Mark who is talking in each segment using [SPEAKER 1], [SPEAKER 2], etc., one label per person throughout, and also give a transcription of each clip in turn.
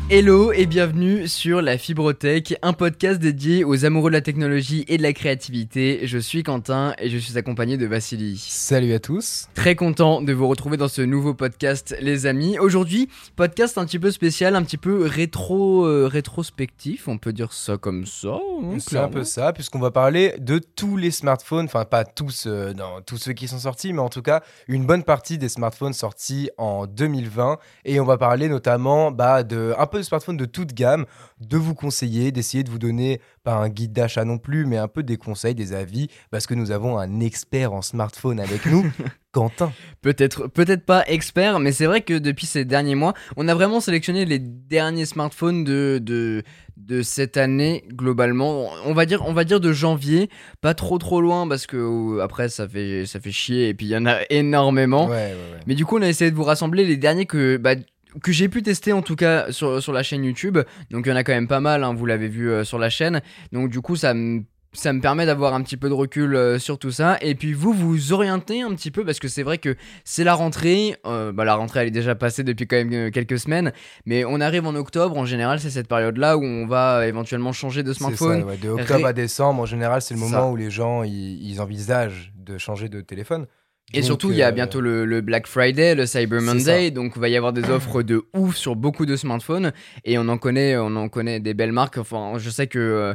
[SPEAKER 1] Hello et bienvenue sur La Fibrotech, un podcast dédié aux amoureux de la technologie et de la créativité. Je suis Quentin et je suis accompagné de Vassili.
[SPEAKER 2] Salut à tous.
[SPEAKER 1] Très content de vous retrouver dans ce nouveau podcast, les amis. Aujourd'hui, podcast un petit peu spécial, un petit peu rétrospectif, on peut dire ça comme ça.
[SPEAKER 2] C'est un peu ça, puisqu'on va parler de tous les smartphones, enfin pas tous, non, tous ceux qui sont sortis, mais en tout cas une bonne partie des smartphones sortis en 2020. Et on va parler notamment de un peu de smartphones de toute gamme, de vous conseiller, d'essayer de vous donner, pas un guide d'achat non plus, mais un peu des conseils, des avis, parce que nous avons un expert en smartphone avec nous, Quentin.
[SPEAKER 1] Peut-être pas expert, mais c'est vrai que depuis ces derniers mois, on a vraiment sélectionné les derniers smartphones de cette année globalement. On va dire de janvier, pas trop loin parce que après ça fait chier et puis il y en a énormément.
[SPEAKER 2] Ouais.
[SPEAKER 1] Mais du coup, on a essayé de vous rassembler les derniers que j'ai pu tester en tout cas sur la chaîne YouTube. Donc il y en a quand même pas mal, hein, vous l'avez vu sur la chaîne. Donc du coup ça me permet d'avoir un petit peu de recul sur tout ça. Et puis vous orientez un petit peu parce que c'est vrai que c'est la rentrée. La rentrée elle est déjà passée depuis quand même quelques semaines. Mais on arrive en octobre, en général c'est cette période-là où on va éventuellement changer de smartphone.
[SPEAKER 2] C'est ça, ouais. De octobre à décembre, en général, c'est le moment
[SPEAKER 1] Ça.
[SPEAKER 2] où les gens ils envisagent de changer de téléphone.
[SPEAKER 1] Et
[SPEAKER 2] Donc,
[SPEAKER 1] surtout, il y a bientôt le Black Friday, le Cyber
[SPEAKER 2] C'est
[SPEAKER 1] Monday, donc il va y avoir des offres de ouf sur beaucoup de smartphones. Et on en connaît des belles marques. Enfin, je sais que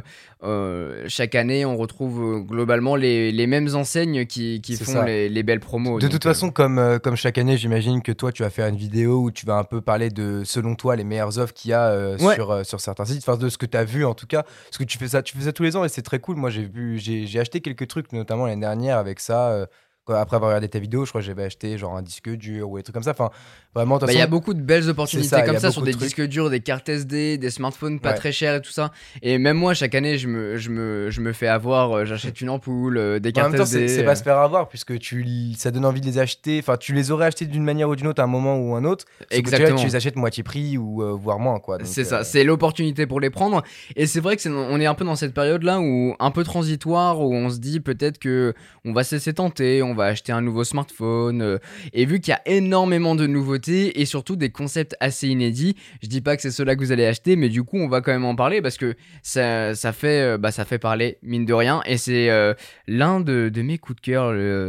[SPEAKER 1] chaque année, on retrouve globalement les mêmes enseignes qui
[SPEAKER 2] C'est
[SPEAKER 1] font
[SPEAKER 2] ça.
[SPEAKER 1] les belles promos.
[SPEAKER 2] De
[SPEAKER 1] Donc,
[SPEAKER 2] toute façon, comme chaque année, j'imagine que toi, tu vas faire une vidéo où tu vas un peu parler de, selon toi, les meilleures offres qu'il y a
[SPEAKER 1] Ouais.
[SPEAKER 2] sur certains sites, enfin de ce que tu as vu en tout cas. Parce que tu fais ça tous les ans et c'est très cool. Moi, j'ai acheté quelques trucs, notamment l'année dernière avec ça. Après avoir regardé ta vidéo, je crois que j'avais acheté genre un disque dur ou des trucs comme ça. Enfin, vraiment, de toute
[SPEAKER 1] Il y a
[SPEAKER 2] façon,
[SPEAKER 1] beaucoup de belles
[SPEAKER 2] c'est
[SPEAKER 1] opportunités
[SPEAKER 2] ça, il y
[SPEAKER 1] comme
[SPEAKER 2] a
[SPEAKER 1] ça sur
[SPEAKER 2] beaucoup
[SPEAKER 1] des
[SPEAKER 2] de trucs.
[SPEAKER 1] disques durs, des cartes SD, des smartphones pas
[SPEAKER 2] Ouais.
[SPEAKER 1] très chers et tout ça. Et même moi, chaque année, je me fais avoir. J'achète une ampoule, des
[SPEAKER 2] En
[SPEAKER 1] cartes
[SPEAKER 2] même temps,
[SPEAKER 1] SD.
[SPEAKER 2] c'est pas se faire avoir puisque ça donne envie de les acheter. Enfin, tu les aurais achetés d'une manière ou d'une autre à un moment ou un autre. Sauf que
[SPEAKER 1] Exactement.
[SPEAKER 2] tu les achètes moitié prix ou voire moins, quoi. Donc,
[SPEAKER 1] C'est ça, c'est l'opportunité pour les prendre. Et c'est vrai que on est un peu dans cette période-là où un peu transitoire, où on se dit peut-être que on va se laisser tenter, on va acheter un nouveau smartphone. Et vu qu'il y a énormément de nouveautés et surtout des concepts assez inédits, je dis pas que c'est ceux-là que vous allez acheter, mais du coup on va quand même en parler parce que ça fait parler mine de rien. Et c'est l'un de mes coups de cœur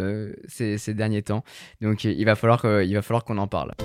[SPEAKER 1] ces derniers temps. Donc il va falloir qu'on en parle.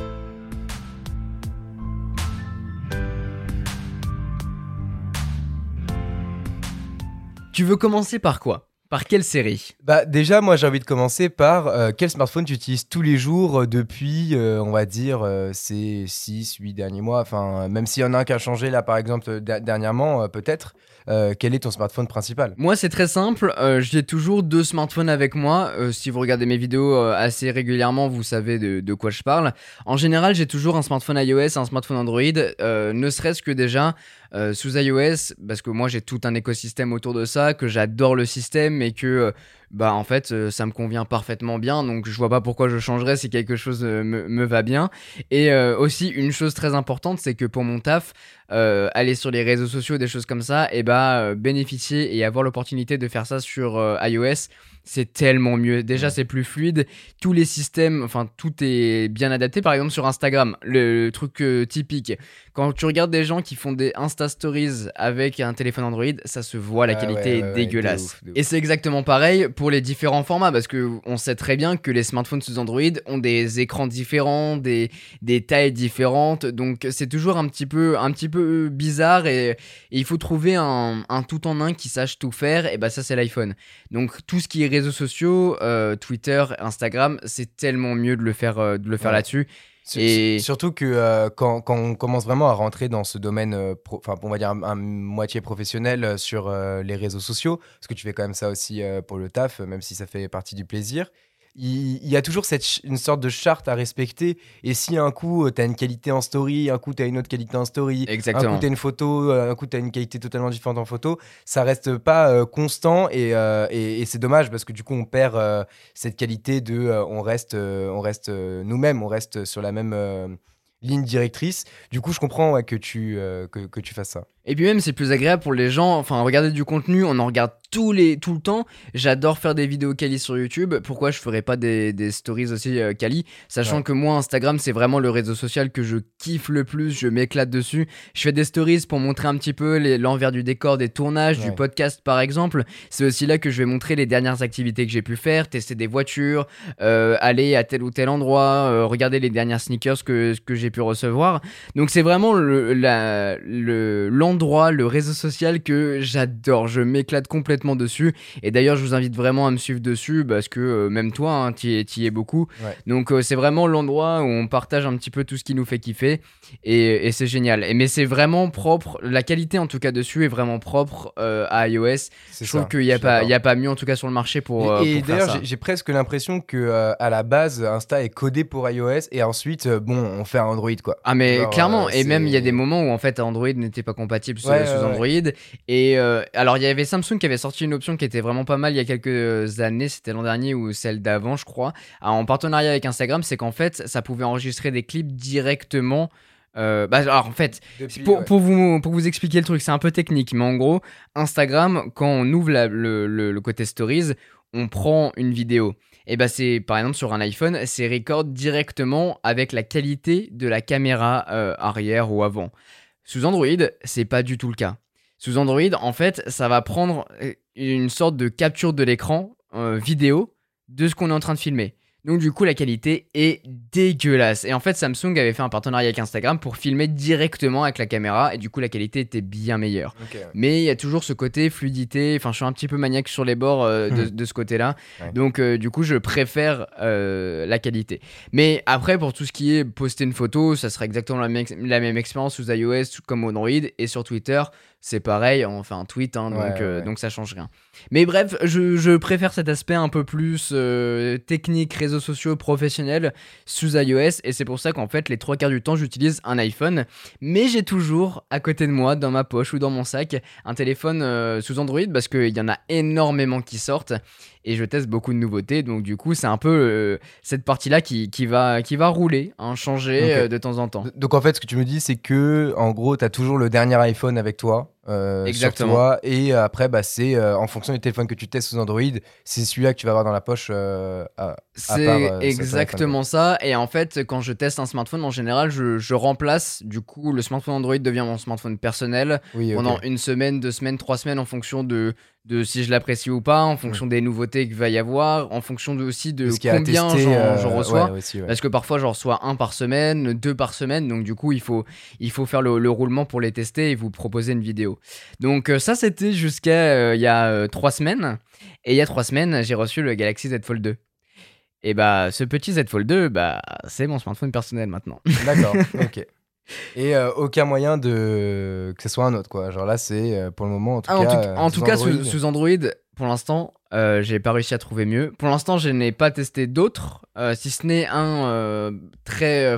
[SPEAKER 1] Tu veux commencer par quoi ? Par quelle série ?
[SPEAKER 2] Déjà, moi, j'ai envie de commencer par quel smartphone tu utilises tous les jours depuis, on va dire, ces 6-8 derniers mois. Enfin, même s'il y en a un qui a changé, là, par exemple, dernièrement, peut-être. Quel est ton smartphone principal ?
[SPEAKER 1] Moi, c'est très simple. J'ai toujours 2 smartphones avec moi. Si vous regardez mes vidéos assez régulièrement, vous savez de quoi je parle. En général, j'ai toujours un smartphone iOS et un smartphone Android. Ne serait-ce que déjà sous iOS, parce que moi, j'ai tout un écosystème autour de ça, que j'adore le système et que en fait ça me convient parfaitement bien, donc je vois pas pourquoi je changerais si quelque chose me va bien. Et aussi une chose très importante, c'est que pour mon taf, aller sur les réseaux sociaux, des choses comme ça, et bénéficier et avoir l'opportunité de faire ça sur iOS, c'est tellement mieux. Déjà, c'est plus fluide. Tous les systèmes, enfin, tout est bien adapté. Par exemple, sur Instagram, le truc typique. Quand tu regardes des gens qui font des Insta Stories avec un téléphone Android, ça se voit, la qualité est dégueulasse.
[SPEAKER 2] De ouf.
[SPEAKER 1] Et c'est exactement pareil pour les différents formats, parce que on sait très bien que les smartphones sous Android ont des écrans différents, des tailles différentes. Donc, c'est toujours un petit peu bizarre et il faut trouver un tout en un qui sache tout faire. Et ça, c'est l'iPhone. Donc, tout ce qui est réseaux sociaux, Twitter, Instagram, c'est tellement mieux de le faire là-dessus. Et
[SPEAKER 2] Surtout que quand on commence vraiment à rentrer dans ce domaine, on va dire un moitié professionnel sur les réseaux sociaux, parce que tu fais quand même ça aussi pour le taf, même si ça fait partie du plaisir. Il y a toujours une sorte de charte à respecter. Et si un coup, tu as une qualité en story, un coup, tu as une autre qualité en story,
[SPEAKER 1] Exactement.
[SPEAKER 2] un coup, tu as une photo, un coup, tu as une qualité totalement différente en photo, ça reste pas constant. Et c'est dommage parce que du coup, on perd cette qualité de on reste nous-mêmes, on reste sur la même ligne directrice. Du coup, je comprends que tu fasses ça.
[SPEAKER 1] Et puis même, c'est plus agréable pour les gens. Enfin, regarder du contenu, on en regarde tout le temps. J'adore faire des vidéos quali sur YouTube. Pourquoi je ferais pas des stories aussi quali, sachant
[SPEAKER 2] Ouais.
[SPEAKER 1] que moi, Instagram, c'est vraiment le réseau social que je kiffe le plus. Je m'éclate dessus. Je fais des stories pour montrer un petit peu l'envers du décor des tournages, du
[SPEAKER 2] Ouais.
[SPEAKER 1] podcast par exemple. C'est aussi là que je vais montrer les dernières activités que j'ai pu faire, tester des voitures, aller à tel ou tel endroit, regarder les dernières sneakers que j'ai pu recevoir. Donc c'est vraiment l'endroit, le réseau social que j'adore. Je m'éclate complètement dessus. Et d'ailleurs, je vous invite vraiment à me suivre dessus parce que même toi, hein, t'y es beaucoup.
[SPEAKER 2] Ouais.
[SPEAKER 1] Donc c'est vraiment l'endroit où on partage un petit peu tout ce qui nous fait kiffer. Et c'est génial. Mais c'est vraiment propre. La qualité en tout cas dessus est vraiment propre à iOS.
[SPEAKER 2] C'est
[SPEAKER 1] Je trouve
[SPEAKER 2] ça,
[SPEAKER 1] qu'il
[SPEAKER 2] je
[SPEAKER 1] n'y a,
[SPEAKER 2] suis
[SPEAKER 1] pas-
[SPEAKER 2] d'accord.
[SPEAKER 1] il y a pas mieux en tout cas sur le marché pour
[SPEAKER 2] Et
[SPEAKER 1] faire
[SPEAKER 2] d'ailleurs,
[SPEAKER 1] ça.
[SPEAKER 2] j'ai presque l'impression que à la base, Insta est codé pour iOS et ensuite, bon, on fait un Android quoi.
[SPEAKER 1] Ah mais
[SPEAKER 2] Genre,
[SPEAKER 1] clairement, et même il y a des
[SPEAKER 2] c'est-
[SPEAKER 1] moments où en fait Android n'était pas compatible sous,
[SPEAKER 2] Ouais,
[SPEAKER 1] sous
[SPEAKER 2] ouais,
[SPEAKER 1] Android.
[SPEAKER 2] ouais.
[SPEAKER 1] Et alors il y avait Samsung qui avait sorti une option qui était vraiment pas mal il y a quelques années, c'était l'an dernier ou celle d'avant je crois, en partenariat avec Instagram, c'est qu'en fait ça pouvait enregistrer des clips directement. Alors en fait,
[SPEAKER 2] Depuis,
[SPEAKER 1] pour,
[SPEAKER 2] ouais.
[SPEAKER 1] pour vous expliquer le truc, c'est un peu technique, mais en gros, Instagram, quand on ouvre le côté Stories, on prend une vidéo. Et bah c'est par exemple sur un iPhone, c'est record directement avec la qualité de la caméra arrière ou avant. Sous Android, c'est pas du tout le cas. Sous Android, en fait, ça va prendre une sorte de capture de l'écran vidéo de ce qu'on est en train de filmer. Donc du coup, la qualité est dégueulasse. Et en fait, Samsung avait fait un partenariat avec Instagram pour filmer directement avec la caméra et du coup, la qualité était bien meilleure.
[SPEAKER 2] Ok, ouais.
[SPEAKER 1] Mais il y a toujours ce côté fluidité. Enfin, je suis un petit peu maniaque sur les bords de ce côté-là.
[SPEAKER 2] Ouais.
[SPEAKER 1] Donc, du coup, je préfère la qualité. Mais après, pour tout ce qui est poster une photo, ça sera exactement la même expérience sous iOS comme Android. Et sur Twitter, c'est pareil. On fait un tweet, hein,
[SPEAKER 2] Ouais, ouais.
[SPEAKER 1] donc ça change rien. Mais bref, je préfère cet aspect un peu plus technique, réseaux sociaux, professionnel sous iOS. Et c'est pour ça qu'en fait, les 3 quarts du temps, j'utilise un iPhone. Mais j'ai toujours à côté de moi, dans ma poche ou dans mon sac, un téléphone sous Android parce qu'il y en a énormément qui sortent. Et je teste beaucoup de nouveautés. Donc du coup, c'est un peu cette partie-là qui va rouler, hein, changer
[SPEAKER 2] Ok.
[SPEAKER 1] de temps en temps.
[SPEAKER 2] Donc en fait, ce que tu me dis, c'est que en gros, t'as toujours le dernier iPhone avec toi, sur
[SPEAKER 1] Exactement.
[SPEAKER 2] toi, et après, bah, c'est en fonction du téléphone que tu testes sous Android, c'est celui-là que tu vas avoir dans la poche à part
[SPEAKER 1] C'est
[SPEAKER 2] cet iPhone, quoi.
[SPEAKER 1] exactement ça. Et en fait, quand je teste un smartphone, en général, je remplace. Du coup, le smartphone Android devient mon smartphone personnel
[SPEAKER 2] Oui, ok.
[SPEAKER 1] pendant 1 semaine, 2 semaines, 3 semaines, en fonction de si je l'apprécie ou pas, en fonction des nouveautés qu'il va y avoir, en fonction aussi de
[SPEAKER 2] Ce qui est à
[SPEAKER 1] combien
[SPEAKER 2] tester,
[SPEAKER 1] j'en reçois.
[SPEAKER 2] ouais, aussi, ouais.
[SPEAKER 1] Parce que parfois, j'en reçois 1 par semaine, 2 par semaine. Donc, du coup, il faut faire le roulement pour les tester et vous proposer une vidéo. Donc, ça, c'était jusqu'à il y a 3 semaines. Et il y a 3 semaines, j'ai reçu le Galaxy Z Fold 2. Et bah, ce petit Z Fold 2, bah, c'est mon smartphone personnel maintenant.
[SPEAKER 2] D'accord, ok. Et aucun moyen que ce soit un autre, quoi. Genre là, c'est pour le moment, en tout
[SPEAKER 1] Ah,
[SPEAKER 2] cas,
[SPEAKER 1] en tout cas,
[SPEAKER 2] Android.
[SPEAKER 1] sous Android, pour l'instant, j'ai pas réussi à trouver mieux. Pour l'instant, je n'ai pas testé d'autres, si ce n'est un très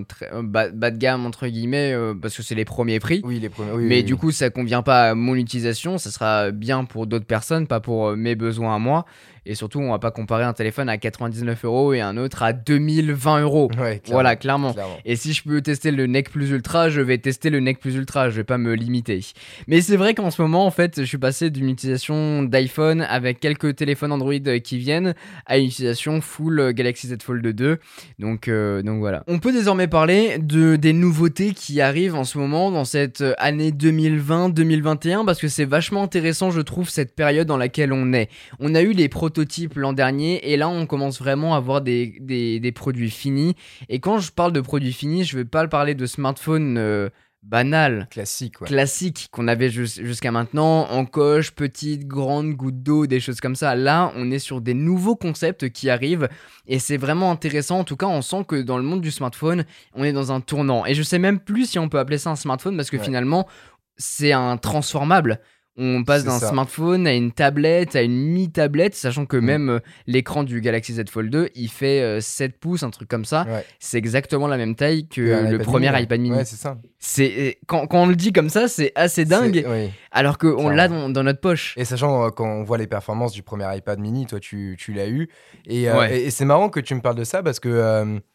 [SPEAKER 1] bas de gamme, entre guillemets, parce que c'est les premiers prix.
[SPEAKER 2] Oui, les premiers. Oui,
[SPEAKER 1] Mais
[SPEAKER 2] oui,
[SPEAKER 1] du
[SPEAKER 2] oui.
[SPEAKER 1] coup, ça convient pas à mon utilisation. Ça sera bien pour d'autres personnes, pas pour mes besoins à moi. Et surtout, on va pas comparer un téléphone à 99 € et un autre à 2020 €.
[SPEAKER 2] Ouais,
[SPEAKER 1] Voilà, clairement.
[SPEAKER 2] clairement.
[SPEAKER 1] Et si je peux tester le Nec Plus Ultra, je vais tester le Nec Plus Ultra. Je vais pas me limiter. Mais c'est vrai qu'en ce moment, en fait, je suis passé d'une utilisation d'iPhone avec quelques téléphones Android qui viennent à une utilisation full Galaxy Z Fold 2. Donc voilà. On peut désormais parler des nouveautés qui arrivent en ce moment dans cette année 2020-2021 parce que c'est vachement intéressant, je trouve, cette période dans laquelle on est. On a eu les prototypes l'an dernier et là on commence vraiment à voir des produits finis. Et quand je parle de produits finis, je vais pas parler de smartphones banals,
[SPEAKER 2] Classique, ouais.
[SPEAKER 1] classiques qu'on avait jusqu'à maintenant, encoche, petite, grande, goutte d'eau, des choses comme ça. Là, on est sur des nouveaux concepts qui arrivent et c'est vraiment intéressant. En tout cas, on sent que dans le monde du smartphone, on est dans un tournant. Et je sais même plus si on peut appeler ça un smartphone parce que
[SPEAKER 2] Ouais.
[SPEAKER 1] finalement, c'est un transformable. On passe
[SPEAKER 2] C'est
[SPEAKER 1] d'un
[SPEAKER 2] ça.
[SPEAKER 1] smartphone à une tablette, à une mi-tablette, sachant que
[SPEAKER 2] Mm.
[SPEAKER 1] même l'écran du Galaxy Z Fold 2, il fait 7 pouces, un truc comme ça.
[SPEAKER 2] Ouais.
[SPEAKER 1] C'est exactement la même taille que
[SPEAKER 2] Un
[SPEAKER 1] le
[SPEAKER 2] iPad
[SPEAKER 1] premier
[SPEAKER 2] mini, ouais.
[SPEAKER 1] iPad mini.
[SPEAKER 2] Ouais, c'est ça.
[SPEAKER 1] Quand on le dit comme ça, c'est assez dingue,
[SPEAKER 2] Oui.
[SPEAKER 1] alors qu'on l'a
[SPEAKER 2] Clairement.
[SPEAKER 1] dans notre poche.
[SPEAKER 2] Et sachant quand on voit les performances du premier iPad mini, toi tu l'as eu. Et
[SPEAKER 1] Ouais.
[SPEAKER 2] c'est marrant que tu me parles de ça parce que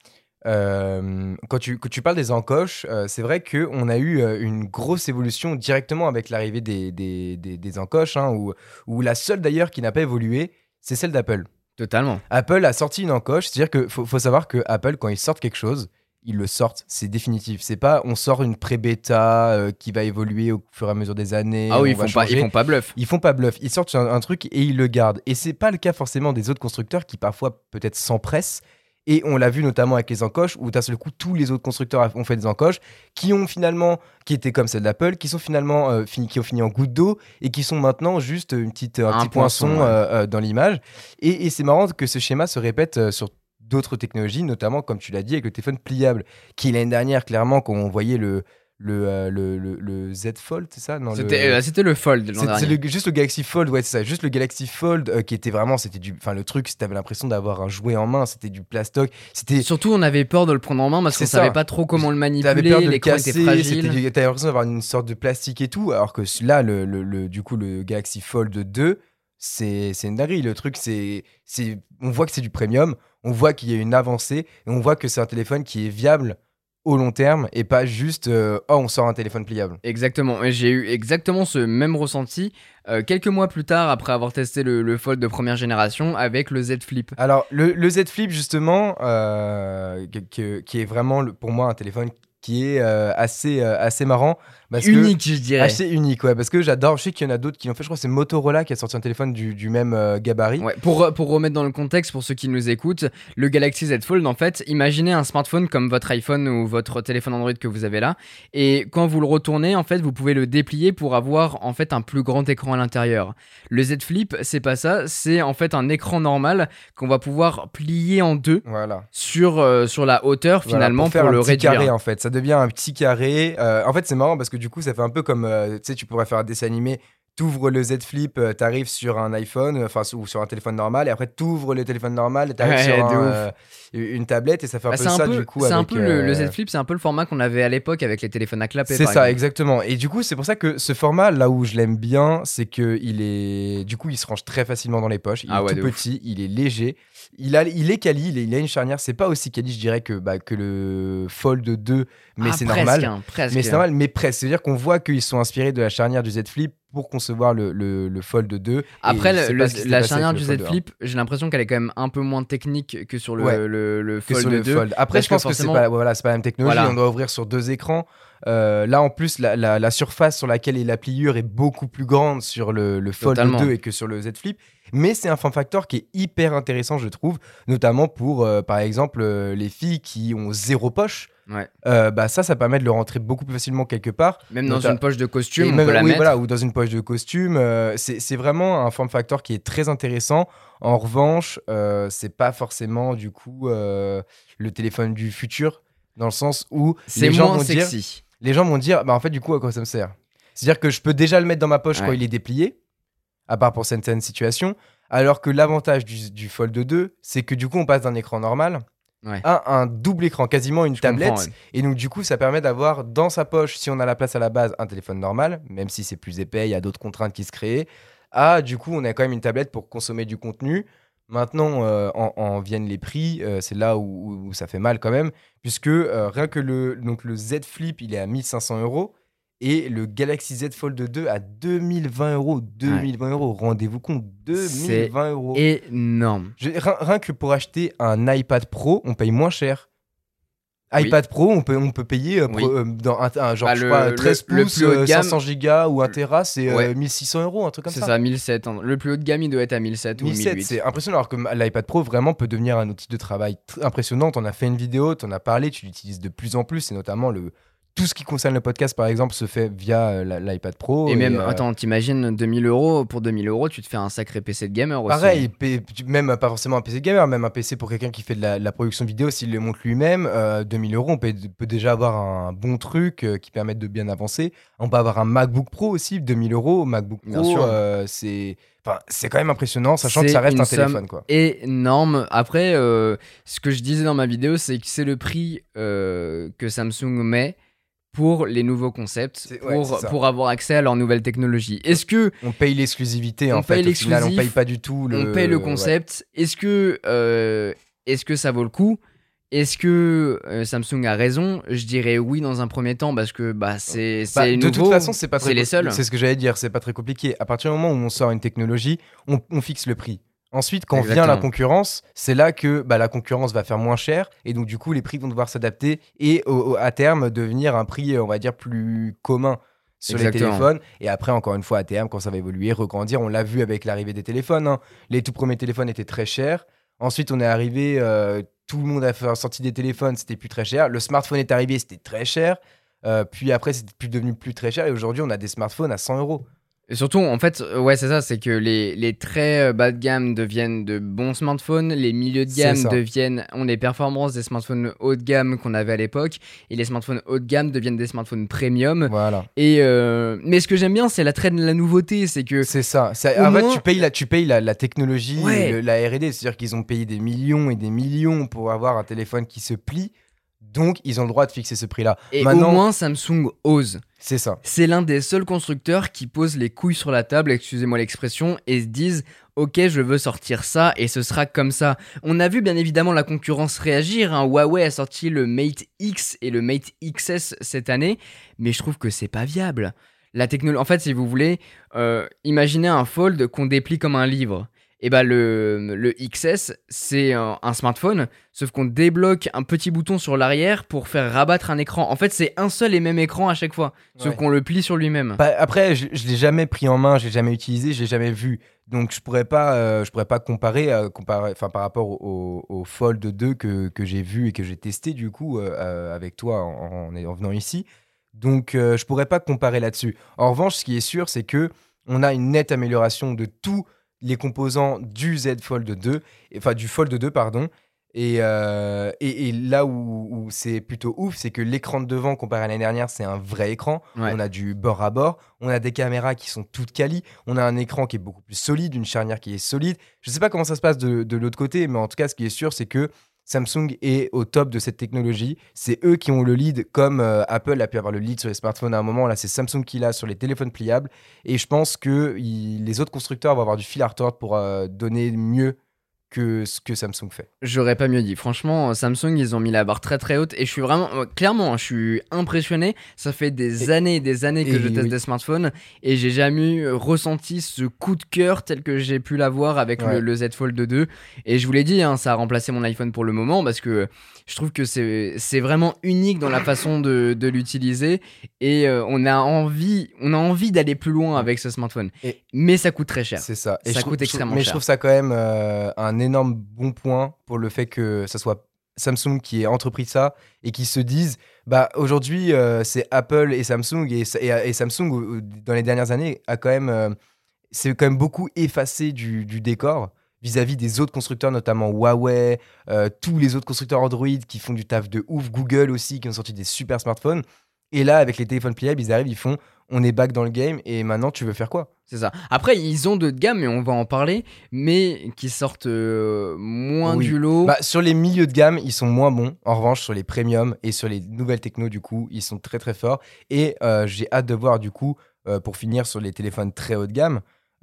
[SPEAKER 2] quand tu parles des encoches, c'est vrai qu'on a eu une grosse évolution directement avec l'arrivée des encoches, hein, où la seule d'ailleurs qui n'a pas évolué, c'est celle d'Apple.
[SPEAKER 1] Totalement.
[SPEAKER 2] Apple a sorti une encoche, c'est-à-dire que faut savoir que Apple, quand ils sortent quelque chose, ils le sortent, c'est définitif. C'est pas on sort une pré-bêta qui va évoluer au fur et à mesure des années.
[SPEAKER 1] Ah oui, ils
[SPEAKER 2] changer.
[SPEAKER 1] font pas bluff.
[SPEAKER 2] Ils font pas bluff. Ils sortent un truc et ils le gardent. Et c'est pas le cas forcément des autres constructeurs qui parfois peut-être s'empressent. Et on l'a vu notamment avec les encoches, où d'un seul coup, tous les autres constructeurs ont fait des encoches qui étaient comme celle d'Apple, qui sont finalement qui ont fini en goutte d'eau et qui sont maintenant juste un petit poinçon dans l'image. Et c'est marrant que ce schéma se répète sur d'autres technologies, notamment, comme tu l'as dit, avec le téléphone pliable, qui l'année dernière, clairement, quand on voyait le Z Fold, c'est ça? Non,
[SPEAKER 1] c'était le Fold l'an dernier.
[SPEAKER 2] Juste le Galaxy Fold, ouais, c'est ça. Juste le Galaxy Fold qui était vraiment, le truc, t'avais l'impression d'avoir un jouet en main, c'était du plastoc.
[SPEAKER 1] Surtout, on avait peur de le prendre en main parce qu'on savait pas trop comment le manipuler.
[SPEAKER 2] T'avais peur de
[SPEAKER 1] l'écran était fragile.
[SPEAKER 2] T'avais l'impression d'avoir une sorte de plastique et tout, alors que là, du coup, le Galaxy Fold 2, c'est une dinguerie. Le truc, on voit que c'est du premium, on voit qu'il y a une avancée, et on voit que c'est un téléphone qui est viable au long terme et pas juste on sort un téléphone pliable.
[SPEAKER 1] Exactement, et j'ai eu exactement ce même ressenti quelques mois plus tard après avoir testé le Fold de première génération avec le Z Flip.
[SPEAKER 2] Alors le Z Flip justement qui est vraiment pour moi un téléphone qui est assez marrant.
[SPEAKER 1] Unique, je dirais.
[SPEAKER 2] Assez unique, ouais, parce que j'adore. Je sais qu'il y en a d'autres qui l'ont fait. Je crois que c'est Motorola qui a sorti un téléphone du même gabarit.
[SPEAKER 1] Ouais, pour remettre dans le contexte, pour ceux qui nous écoutent, le Galaxy Z Fold, en fait, imaginez un smartphone comme votre iPhone ou votre téléphone Android que vous avez là. Et quand vous le retournez, en fait, vous pouvez le déplier pour avoir en fait un plus grand écran à l'intérieur. Le Z Flip, c'est pas ça. C'est en fait un écran normal qu'on va pouvoir plier en deux sur la hauteur finalement
[SPEAKER 2] pour
[SPEAKER 1] le réduire.
[SPEAKER 2] Carré, en fait, ça devient un petit carré. En fait, c'est marrant parce que du coup, ça fait un peu comme, tu sais, tu pourrais faire un dessin animé, t'ouvres le Z Flip, t'arrives sur un iPhone, ou sur un téléphone normal, et après t'ouvres le téléphone normal, et t'arrives sur une tablette, et ça fait un peu ça, du coup.
[SPEAKER 1] C'est un peu le Z Flip, c'est un peu le format qu'on avait à l'époque avec les téléphones à clapper.
[SPEAKER 2] C'est ça, exactement. Et du coup, c'est pour ça que ce format, là où je l'aime bien, c'est que il se range très facilement dans les poches, il est tout petit, il est léger. Il est quali, il a une charnière, c'est pas aussi quali, je dirais, que le Fold 2, mais c'est normal.
[SPEAKER 1] Presque.
[SPEAKER 2] Mais c'est normal, mais presque. C'est-à-dire qu'on voit qu'ils sont inspirés de la charnière du Z Flip pour concevoir le Fold 2.
[SPEAKER 1] Après, la charnière du Z Flip, j'ai l'impression qu'elle est quand même un peu moins technique que sur le Fold 2.
[SPEAKER 2] Après, je pense que c'est pas la même technologie. On doit ouvrir sur deux écrans. Là, en plus, la surface sur laquelle est la pliure est beaucoup plus grande sur le Fold 2 et que sur le Z Flip. Mais c'est un form factor qui est hyper intéressant, je trouve, notamment pour, par exemple, les filles qui ont zéro poche.
[SPEAKER 1] Ouais.
[SPEAKER 2] Ça permet de le rentrer beaucoup plus facilement quelque part.
[SPEAKER 1] Même dans une poche de costume, on peut la mettre.
[SPEAKER 2] Voilà, ou dans une poche de costume. C'est vraiment un form factor qui est très intéressant. En revanche, c'est pas forcément du coup le téléphone du futur, dans le sens où
[SPEAKER 1] c'est moins sexy.
[SPEAKER 2] Les gens vont dire, en fait, du coup, à quoi ça me sert? C'est-à-dire que je peux déjà le mettre dans ma poche quand il est déplié, à part pour certaines situations, alors que l'avantage du Fold 2, c'est que du coup, on passe d'un écran normal à un double écran, quasiment une tablette. Et donc, du coup, ça permet d'avoir dans sa poche, si on a la place à la base, un téléphone normal, même si c'est plus épais, il y a d'autres contraintes qui se créent. Du coup, on a quand même une tablette pour consommer du contenu. Maintenant, en viennent les prix, c'est là où ça fait mal quand même, puisque rien que le Z Flip, il est à 1500 € et le Galaxy Z Fold 2 à 2020 €. 2020 €, rendez-vous compte, 2020 €.
[SPEAKER 1] C'est énorme.
[SPEAKER 2] Rien que pour acheter un iPad Pro, on paye moins cher. iPad Pro, on peut payer dans un genre, je sais pas, 13 pouces, 500 gigas ou 1 Tera, c'est 1600 €, un truc comme ça.
[SPEAKER 1] C'est ça, 1700. Le plus haut de gamme, il doit être à 1700 ou 1800.
[SPEAKER 2] C'est impressionnant, alors que l'iPad Pro vraiment peut devenir un outil de travail impressionnant. T'en as fait une vidéo, t'en as parlé, tu l'utilises de plus en plus, et notamment tout ce qui concerne le podcast, par exemple, se fait via l'iPad Pro.
[SPEAKER 1] Et même, attends, t'imagines 2000 €, pour 2000 € tu te fais un sacré PC de gamer aussi.
[SPEAKER 2] Pareil, même pas forcément un PC de gamer, même un PC pour quelqu'un qui fait de la production vidéo, s'il le monte lui-même, 2000 €, on peut déjà avoir un bon truc qui permette de bien avancer. On peut avoir un MacBook Pro aussi, 2000 €, MacBook Pro, c'est quand même impressionnant, sachant que ça reste un téléphone, quoi.
[SPEAKER 1] Énorme. Après, ce que je disais dans ma vidéo, c'est que c'est le prix que Samsung met pour les nouveaux concepts, pour avoir accès à leur nouvelle technologie. Est-ce que
[SPEAKER 2] on paye l'exclusivité, en fait, au final, on paye pas du tout
[SPEAKER 1] on paye le concept. Est-ce que ça vaut le coup? Est-ce que Samsung a raison? Je dirais oui dans un premier temps parce que c'est
[SPEAKER 2] de toute
[SPEAKER 1] nouveau,
[SPEAKER 2] façon, c'est pas très
[SPEAKER 1] c'est les seuls.
[SPEAKER 2] C'est ce que j'allais dire, c'est pas très compliqué. À partir du moment où on sort une technologie, on fixe le prix. Ensuite, quand vient la concurrence, c'est là que la concurrence va faire moins cher et donc du coup les prix vont devoir s'adapter et à terme devenir un prix, on va dire, plus commun sur les téléphones. Et après, encore une fois, à terme, quand ça va évoluer, regrandir, on l'a vu avec l'arrivée des téléphones. Hein. Les tout premiers téléphones étaient très chers. Ensuite, on est arrivé, tout le monde a sorti des téléphones, c'était plus très cher. Le smartphone est arrivé, c'était très cher. Puis après, c'est devenu plus très cher et aujourd'hui, on a des smartphones à 100 €.
[SPEAKER 1] Et surtout, en fait, ouais, c'est ça, c'est que les très bas de gamme deviennent de bons smartphones, les milieux de gamme ont les performances des smartphones haut de gamme qu'on avait à l'époque, et les smartphones haut de gamme deviennent des smartphones premium.
[SPEAKER 2] Voilà.
[SPEAKER 1] Et mais ce que j'aime bien, c'est l'attrait de la nouveauté, c'est que
[SPEAKER 2] c'est ça. En fait, tu payes la technologie, la R&D, c'est-à-dire qu'ils ont payé des millions et des millions pour avoir un téléphone qui se plie. Donc, ils ont le droit de fixer ce prix-là.
[SPEAKER 1] Et maintenant, au moins, Samsung ose.
[SPEAKER 2] C'est ça.
[SPEAKER 1] C'est l'un des seuls constructeurs qui posent les couilles sur la table, excusez-moi l'expression, et se disent « Ok, je veux sortir ça, et ce sera comme ça ». On a vu bien évidemment la concurrence réagir. Hein. Huawei a sorti le Mate X et le Mate XS cette année, mais je trouve que c'est pas viable. La technologie, en fait, si vous voulez, imaginez un Fold qu'on déplie comme un livre. Et le XS, c'est un smartphone, sauf qu'on débloque un petit bouton sur l'arrière pour faire rabattre un écran. En fait, c'est un seul et même écran à chaque fois, sauf qu'on le plie sur lui-même.
[SPEAKER 2] Après, je l'ai jamais pris en main, je l'ai jamais utilisé, je l'ai jamais vu. Donc, je pourrais pas comparer par rapport au Fold 2 que j'ai vu et que j'ai testé du coup avec toi en venant ici. Donc, je pourrais pas comparer là-dessus. En revanche, ce qui est sûr, c'est que on a une nette amélioration de tout les composants du Z Fold 2, enfin du Fold 2, pardon. Et là où c'est plutôt ouf, c'est que l'écran de devant, comparé à l'année dernière, c'est un vrai écran. Ouais. On a du bord à bord, on a des caméras qui sont toutes quali, on a un écran qui est beaucoup plus solide, une charnière qui est solide. Je sais pas comment ça se passe de l'autre côté, mais en tout cas, ce qui est sûr, c'est que Samsung est au top de cette technologie. C'est eux qui ont le lead, comme Apple a pu avoir le lead sur les smartphones à un moment. Là, c'est Samsung qui l'a sur les téléphones pliables. Et je pense que les autres constructeurs vont avoir du fil à retordre pour donner mieux que ce que Samsung fait.
[SPEAKER 1] J'aurais pas mieux dit. Franchement, Samsung, ils ont mis la barre très très haute et je suis vraiment, clairement, je suis impressionné. Ça fait des années et des années que je teste des smartphones et j'ai jamais ressenti ce coup de cœur tel que j'ai pu l'avoir avec le Z Fold 2. Et je vous l'ai dit, hein, ça a remplacé mon iPhone pour le moment parce que je trouve que c'est vraiment unique dans la façon de l'utiliser et on a envie d'aller plus loin avec ce smartphone. Mais ça coûte très cher.
[SPEAKER 2] C'est ça.
[SPEAKER 1] Ça coûte extrêmement cher.
[SPEAKER 2] Mais je trouve ça quand même un énorme bon point pour le fait que ça soit Samsung qui ait entrepris ça et qui se disent aujourd'hui c'est Apple et Samsung et Samsung dans les dernières années a quand même c'est quand même beaucoup effacé du décor vis-à-vis des autres constructeurs, notamment Huawei, tous les autres constructeurs Android qui font du taf de ouf, Google aussi qui ont sorti des super smartphones. Et là, avec les téléphones pliables, ils arrivent, ils font on est back dans le game et maintenant tu veux faire quoi?
[SPEAKER 1] C'est ça. Après, ils ont de gamme et on va en parler, mais qui sortent moins du lot.
[SPEAKER 2] Sur les milieux de gamme, ils sont moins bons. En revanche, sur les premium et sur les nouvelles techno, du coup, ils sont très très forts. Et j'ai hâte de voir, du coup, pour finir sur les téléphones très haut de gamme,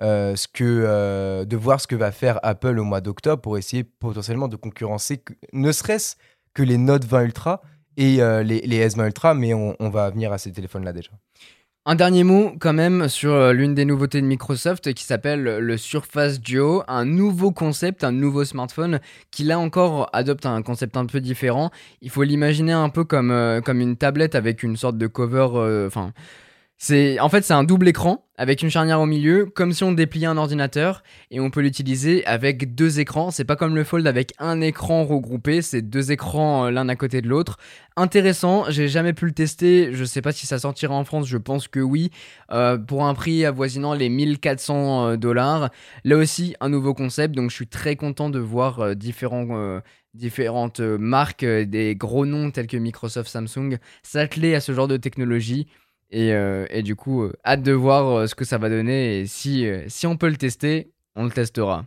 [SPEAKER 2] de voir ce que va faire Apple au mois d'octobre pour essayer potentiellement de concurrencer, ne serait-ce que les Note 20 Ultra et les S20 Ultra, mais on va venir à ces téléphones-là déjà.
[SPEAKER 1] Un dernier mot quand même sur l'une des nouveautés de Microsoft qui s'appelle le Surface Duo, un nouveau concept, un nouveau smartphone qui là encore adopte un concept un peu différent. Il faut l'imaginer un peu comme une tablette avec une sorte de cover, c'est un double écran avec une charnière au milieu, comme si on dépliait un ordinateur et on peut l'utiliser avec deux écrans. C'est pas comme le Fold avec un écran regroupé, c'est deux écrans l'un à côté de l'autre. Intéressant, j'ai jamais pu le tester, je sais pas si ça sortira en France, je pense que oui, pour un prix avoisinant les $1 400. Là aussi, un nouveau concept, donc je suis très content de voir différentes marques, des gros noms tels que Microsoft, Samsung, s'atteler à ce genre de technologie. Et du coup, hâte de voir ce que ça va donner. Et si on peut le tester, on le testera.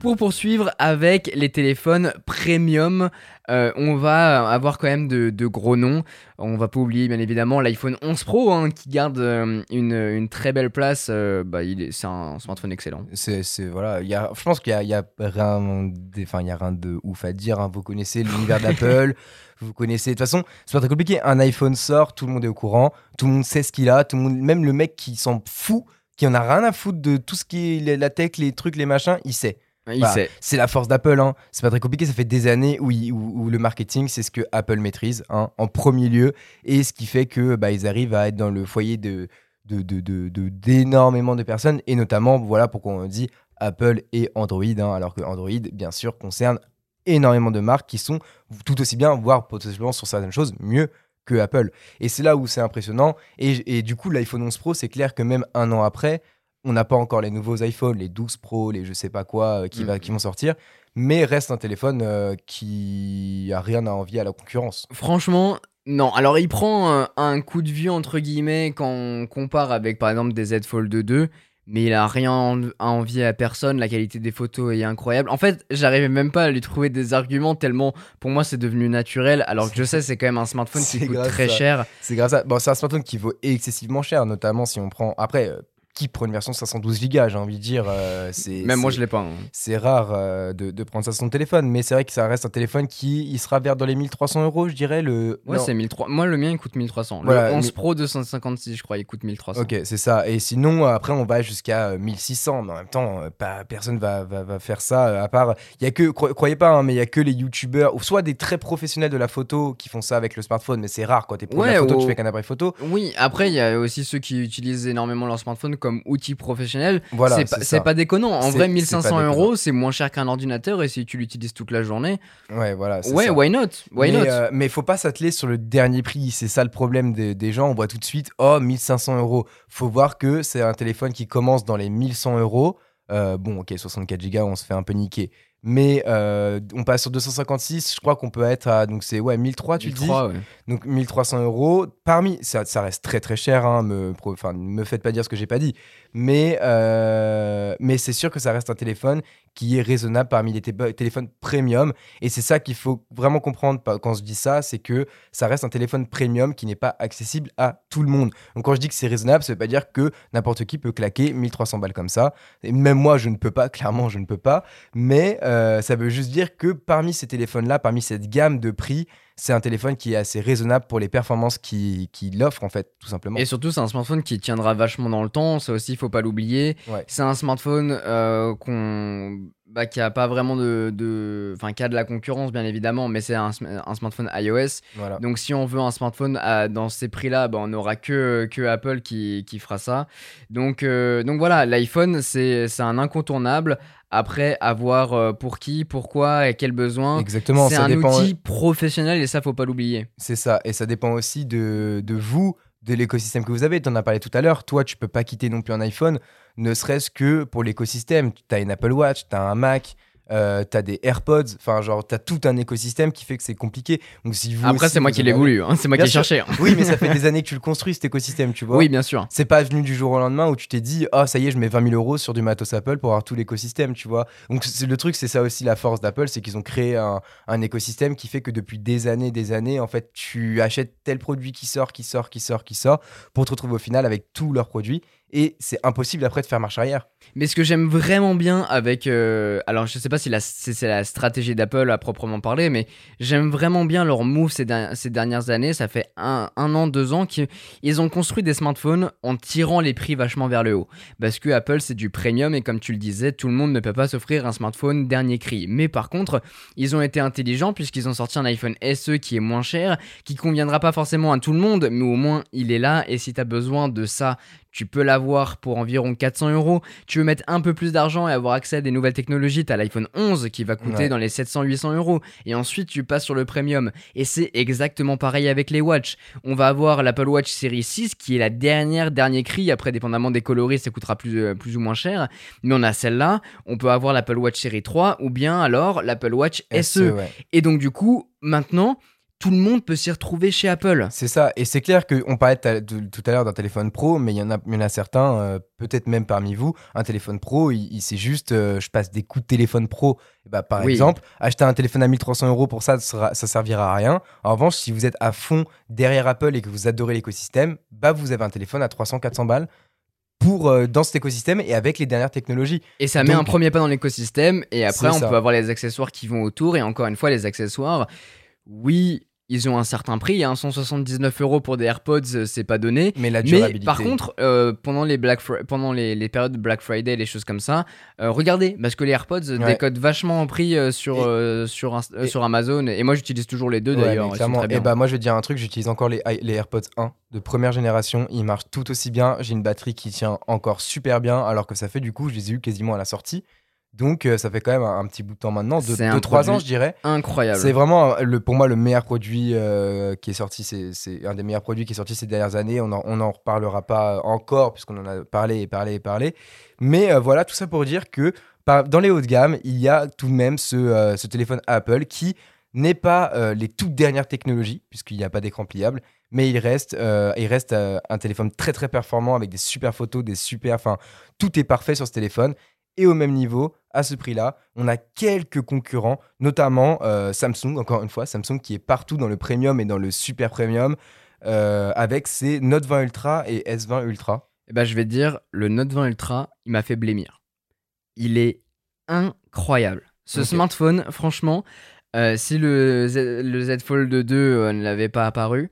[SPEAKER 1] Pour poursuivre avec les téléphones premium, on va avoir quand même de gros noms. On va pas oublier bien évidemment l'iPhone 11 Pro qui garde une très belle place. C'est un smartphone excellent.
[SPEAKER 2] Voilà, je pense qu'il y a rien il y a rien de ouf à dire. Hein. Vous connaissez l'univers d'Apple, vous connaissez. De toute façon, c'est pas très compliqué. Un iPhone sort, tout le monde est au courant, tout le monde sait ce qu'il a, tout le monde, même le mec qui s'en fout, qui en a rien à foutre de tout ce qui est la tech, les trucs, les machins, il sait. C'est la force d'Apple, hein. C'est pas très compliqué, ça fait des années où le marketing, c'est ce que Apple maîtrise en premier lieu, et ce qui fait que ils arrivent à être dans le foyer d'énormément de personnes, et notamment, voilà pourquoi on dit Apple et Android, alors que Android, bien sûr, concerne énormément de marques qui sont tout aussi bien, voire potentiellement sur certaines choses, mieux que Apple. Et c'est là où c'est impressionnant, et du coup, l'iPhone 11 Pro, c'est clair que même un an après, on n'a pas encore les nouveaux iPhones, les 12 Pro, les je sais pas quoi qui vont sortir, mais reste un téléphone qui a rien à envier à la concurrence.
[SPEAKER 1] Franchement, non. Alors, il prend un coup de vieux, entre guillemets, quand on compare avec, par exemple, des Z Fold 2, mais il a rien à envier à personne. La qualité des photos est incroyable. En fait, j'arrivais même pas à lui trouver des arguments tellement, pour moi, c'est devenu naturel, alors que je sais, c'est quand même un smartphone qui coûte très cher.
[SPEAKER 2] C'est grave ça. Bon, c'est un smartphone qui vaut excessivement cher, notamment si on prend... Après... qui prend une version 512 Go, j'ai envie de dire.
[SPEAKER 1] Même moi, je l'ai pas.
[SPEAKER 2] C'est rare de prendre ça sur son téléphone, mais c'est vrai que ça reste un téléphone il sera vers dans les 1300 €, je dirais.
[SPEAKER 1] Ouais, c'est 1300. Moi, le mien, il coûte 1300.
[SPEAKER 2] Voilà,
[SPEAKER 1] le 11 Pro 256, je crois, il coûte 1300.
[SPEAKER 2] Ok, c'est ça. Et sinon, après, on va jusqu'à 1600. Mais en même temps, personne va faire ça, à part... Il y a que, croyez pas, mais il y a que les youtubeurs, ou soit des très professionnels de la photo qui font ça avec le smartphone, mais c'est rare quand t'es pro de la photo, tu fais qu'un appareil photo.
[SPEAKER 1] Oui, après, il y a aussi ceux qui utilisent énormément leur smartphone comme outil professionnel.
[SPEAKER 2] Voilà,
[SPEAKER 1] c'est pas déconnant. En vrai, 1500 €, c'est moins cher qu'un ordinateur, et si tu l'utilises toute la journée,
[SPEAKER 2] ouais, voilà, ça.
[SPEAKER 1] Why not?
[SPEAKER 2] Mais faut pas s'atteler sur le dernier prix. C'est ça le problème des gens. On voit tout de suite, 1500 €. Faut voir que c'est un téléphone qui commence dans les 1100 €. Bon, ok, 64 Go, on se fait un peu niquer. Mais on passe sur 256, je crois qu'on peut être à... Donc c'est 1300, tu
[SPEAKER 1] 1300,
[SPEAKER 2] dis
[SPEAKER 1] ouais.
[SPEAKER 2] Donc 1300 €. Parmi... Ça reste très très cher, hein, ne me faites pas dire ce que j'ai pas dit. Mais c'est sûr que ça reste un téléphone qui est raisonnable parmi les téléphones premium. Et c'est ça qu'il faut vraiment comprendre quand je dis ça, c'est que ça reste un téléphone premium qui n'est pas accessible à tout le monde. Donc quand je dis que c'est raisonnable, ça veut pas dire que n'importe qui peut claquer 1300 balles comme ça. Et même moi, je ne peux pas, clairement, je ne peux pas. Mais ça veut juste dire que parmi ces téléphones-là, parmi cette gamme de prix, c'est un téléphone qui est assez raisonnable pour les performances qu'il offre, en fait, tout simplement.
[SPEAKER 1] Et surtout, c'est un smartphone qui tiendra vachement dans le temps. Ça aussi, il faut pas l'oublier.
[SPEAKER 2] Ouais.
[SPEAKER 1] C'est un smartphone qui a pas vraiment qui a de la concurrence, bien évidemment, mais c'est un smartphone iOS.
[SPEAKER 2] Voilà.
[SPEAKER 1] Donc, si on veut un smartphone dans ces prix-là, on n'aura que Apple qui fera ça. Donc voilà, l'iPhone, c'est un incontournable. Après, à voir pour qui, pourquoi et quel besoin.
[SPEAKER 2] Exactement,
[SPEAKER 1] c'est
[SPEAKER 2] ça
[SPEAKER 1] un
[SPEAKER 2] dépend...
[SPEAKER 1] outil professionnel, et ça, faut pas l'oublier.
[SPEAKER 2] C'est ça, et ça dépend aussi de vous, de l'écosystème que vous avez. Tu en as parlé tout à l'heure. Toi, tu peux pas quitter non plus un iPhone, ne serait-ce que pour l'écosystème. Tu as une Apple Watch, tu as un Mac, t'as des AirPods, enfin genre t'as tout un écosystème qui fait que c'est compliqué. Donc si vous
[SPEAKER 1] Après
[SPEAKER 2] aussi,
[SPEAKER 1] c'est moi
[SPEAKER 2] vous
[SPEAKER 1] qui
[SPEAKER 2] en
[SPEAKER 1] l'ai
[SPEAKER 2] avez-
[SPEAKER 1] voulu, c'est moi
[SPEAKER 2] Bien
[SPEAKER 1] qui ai
[SPEAKER 2] sûr.
[SPEAKER 1] cherché.
[SPEAKER 2] Oui, mais ça fait des années que tu le construis, cet écosystème, tu vois.
[SPEAKER 1] Oui, bien sûr.
[SPEAKER 2] C'est pas venu du jour au lendemain où tu t'es dit ça y est, je mets 20 000 € sur du matos Apple pour avoir tout l'écosystème, tu vois. Donc le truc, c'est ça aussi la force d'Apple, c'est qu'ils ont créé un écosystème qui fait que depuis des années, en fait, tu achètes tel produit qui sort pour te retrouver au final avec tous leurs produits. Et c'est impossible après de faire marche arrière.
[SPEAKER 1] Mais ce que j'aime vraiment bien avec... alors je sais pas si c'est la stratégie d'Apple à proprement parler, mais j'aime vraiment bien leur move ces dernières années. Ça fait un an, 2 ans qu'ils ont construit des smartphones en tirant les prix vachement vers le haut. Parce que Apple, c'est du premium, et comme tu le disais, tout le monde ne peut pas s'offrir un smartphone dernier cri. Mais par contre, ils ont été intelligents puisqu'ils ont sorti un iPhone SE qui est moins cher, qui conviendra pas forcément à tout le monde, mais au moins il est là. Et si tu as besoin de ça, tu peux l'avoir pour environ 400 €. Tu veux mettre un peu plus d'argent et avoir accès à des nouvelles technologies, t'as l'iPhone 11 qui va coûter dans les 700-800 €. Et ensuite, tu passes sur le premium. Et c'est exactement pareil avec les watch. On va avoir l'Apple Watch série 6 qui est la dernier cri. Après, dépendamment des coloris, ça coûtera plus ou moins cher. Mais on a celle-là. On peut avoir l'Apple Watch série 3 ou bien alors l'Apple Watch SE.
[SPEAKER 2] Ouais.
[SPEAKER 1] Et donc, du coup, maintenant... tout le monde peut s'y retrouver chez Apple.
[SPEAKER 2] C'est ça, et c'est clair qu'on parlait tout à l'heure d'un téléphone pro, mais il y en a certains, peut-être même parmi vous, un téléphone pro, c'est juste, je passe des coups de téléphone pro. Par exemple, acheter un téléphone à 1 300 € pour ça servira à rien. En revanche, si vous êtes à fond derrière Apple et que vous adorez l'écosystème, vous avez un téléphone à 300-400 balles dans cet écosystème et avec les dernières technologies.
[SPEAKER 1] Et ça met un premier pas dans l'écosystème, et après on peut avoir les accessoires qui vont autour, et encore une fois, les accessoires, oui, ils ont un certain prix, 179 € pour des AirPods, c'est pas donné.
[SPEAKER 2] Mais la durabilité.
[SPEAKER 1] Mais par contre, pendant les périodes de Black Friday, les choses comme ça, regardez, parce que les AirPods décodent vachement en prix sur Amazon, et moi j'utilise toujours les deux d'ailleurs.
[SPEAKER 2] Clairement.
[SPEAKER 1] Très bien.
[SPEAKER 2] Et moi je vais te dire un truc, j'utilise encore les AirPods 1 de première génération, ils marchent tout aussi bien, j'ai une batterie qui tient encore super bien, alors que ça fait du coup, je les ai eu quasiment à la sortie. Donc ça fait quand même un petit bout de temps maintenant, 2-3 ans je dirais.
[SPEAKER 1] Incroyable.
[SPEAKER 2] C'est vraiment pour moi le meilleur produit qui est sorti, c'est un des meilleurs produits qui est sorti ces dernières années. On en reparlera pas encore puisqu'on en a parlé. Mais voilà, tout ça pour dire que dans les hauts de gamme, il y a tout de même ce téléphone Apple qui n'est pas les toutes dernières technologies puisqu'il n'y a pas d'écran pliable. Mais il reste un téléphone très très performant avec des super photos, tout est parfait sur ce téléphone. Et au même niveau, à ce prix-là, on a quelques concurrents, notamment Samsung, encore une fois, Samsung qui est partout dans le premium et dans le super premium, avec ses Note 20 Ultra et S20 Ultra.
[SPEAKER 1] Je vais te dire, le Note 20 Ultra, il m'a fait blêmir. Il est incroyable. Ce smartphone, franchement, si le Z Fold 2 n'était pas apparu,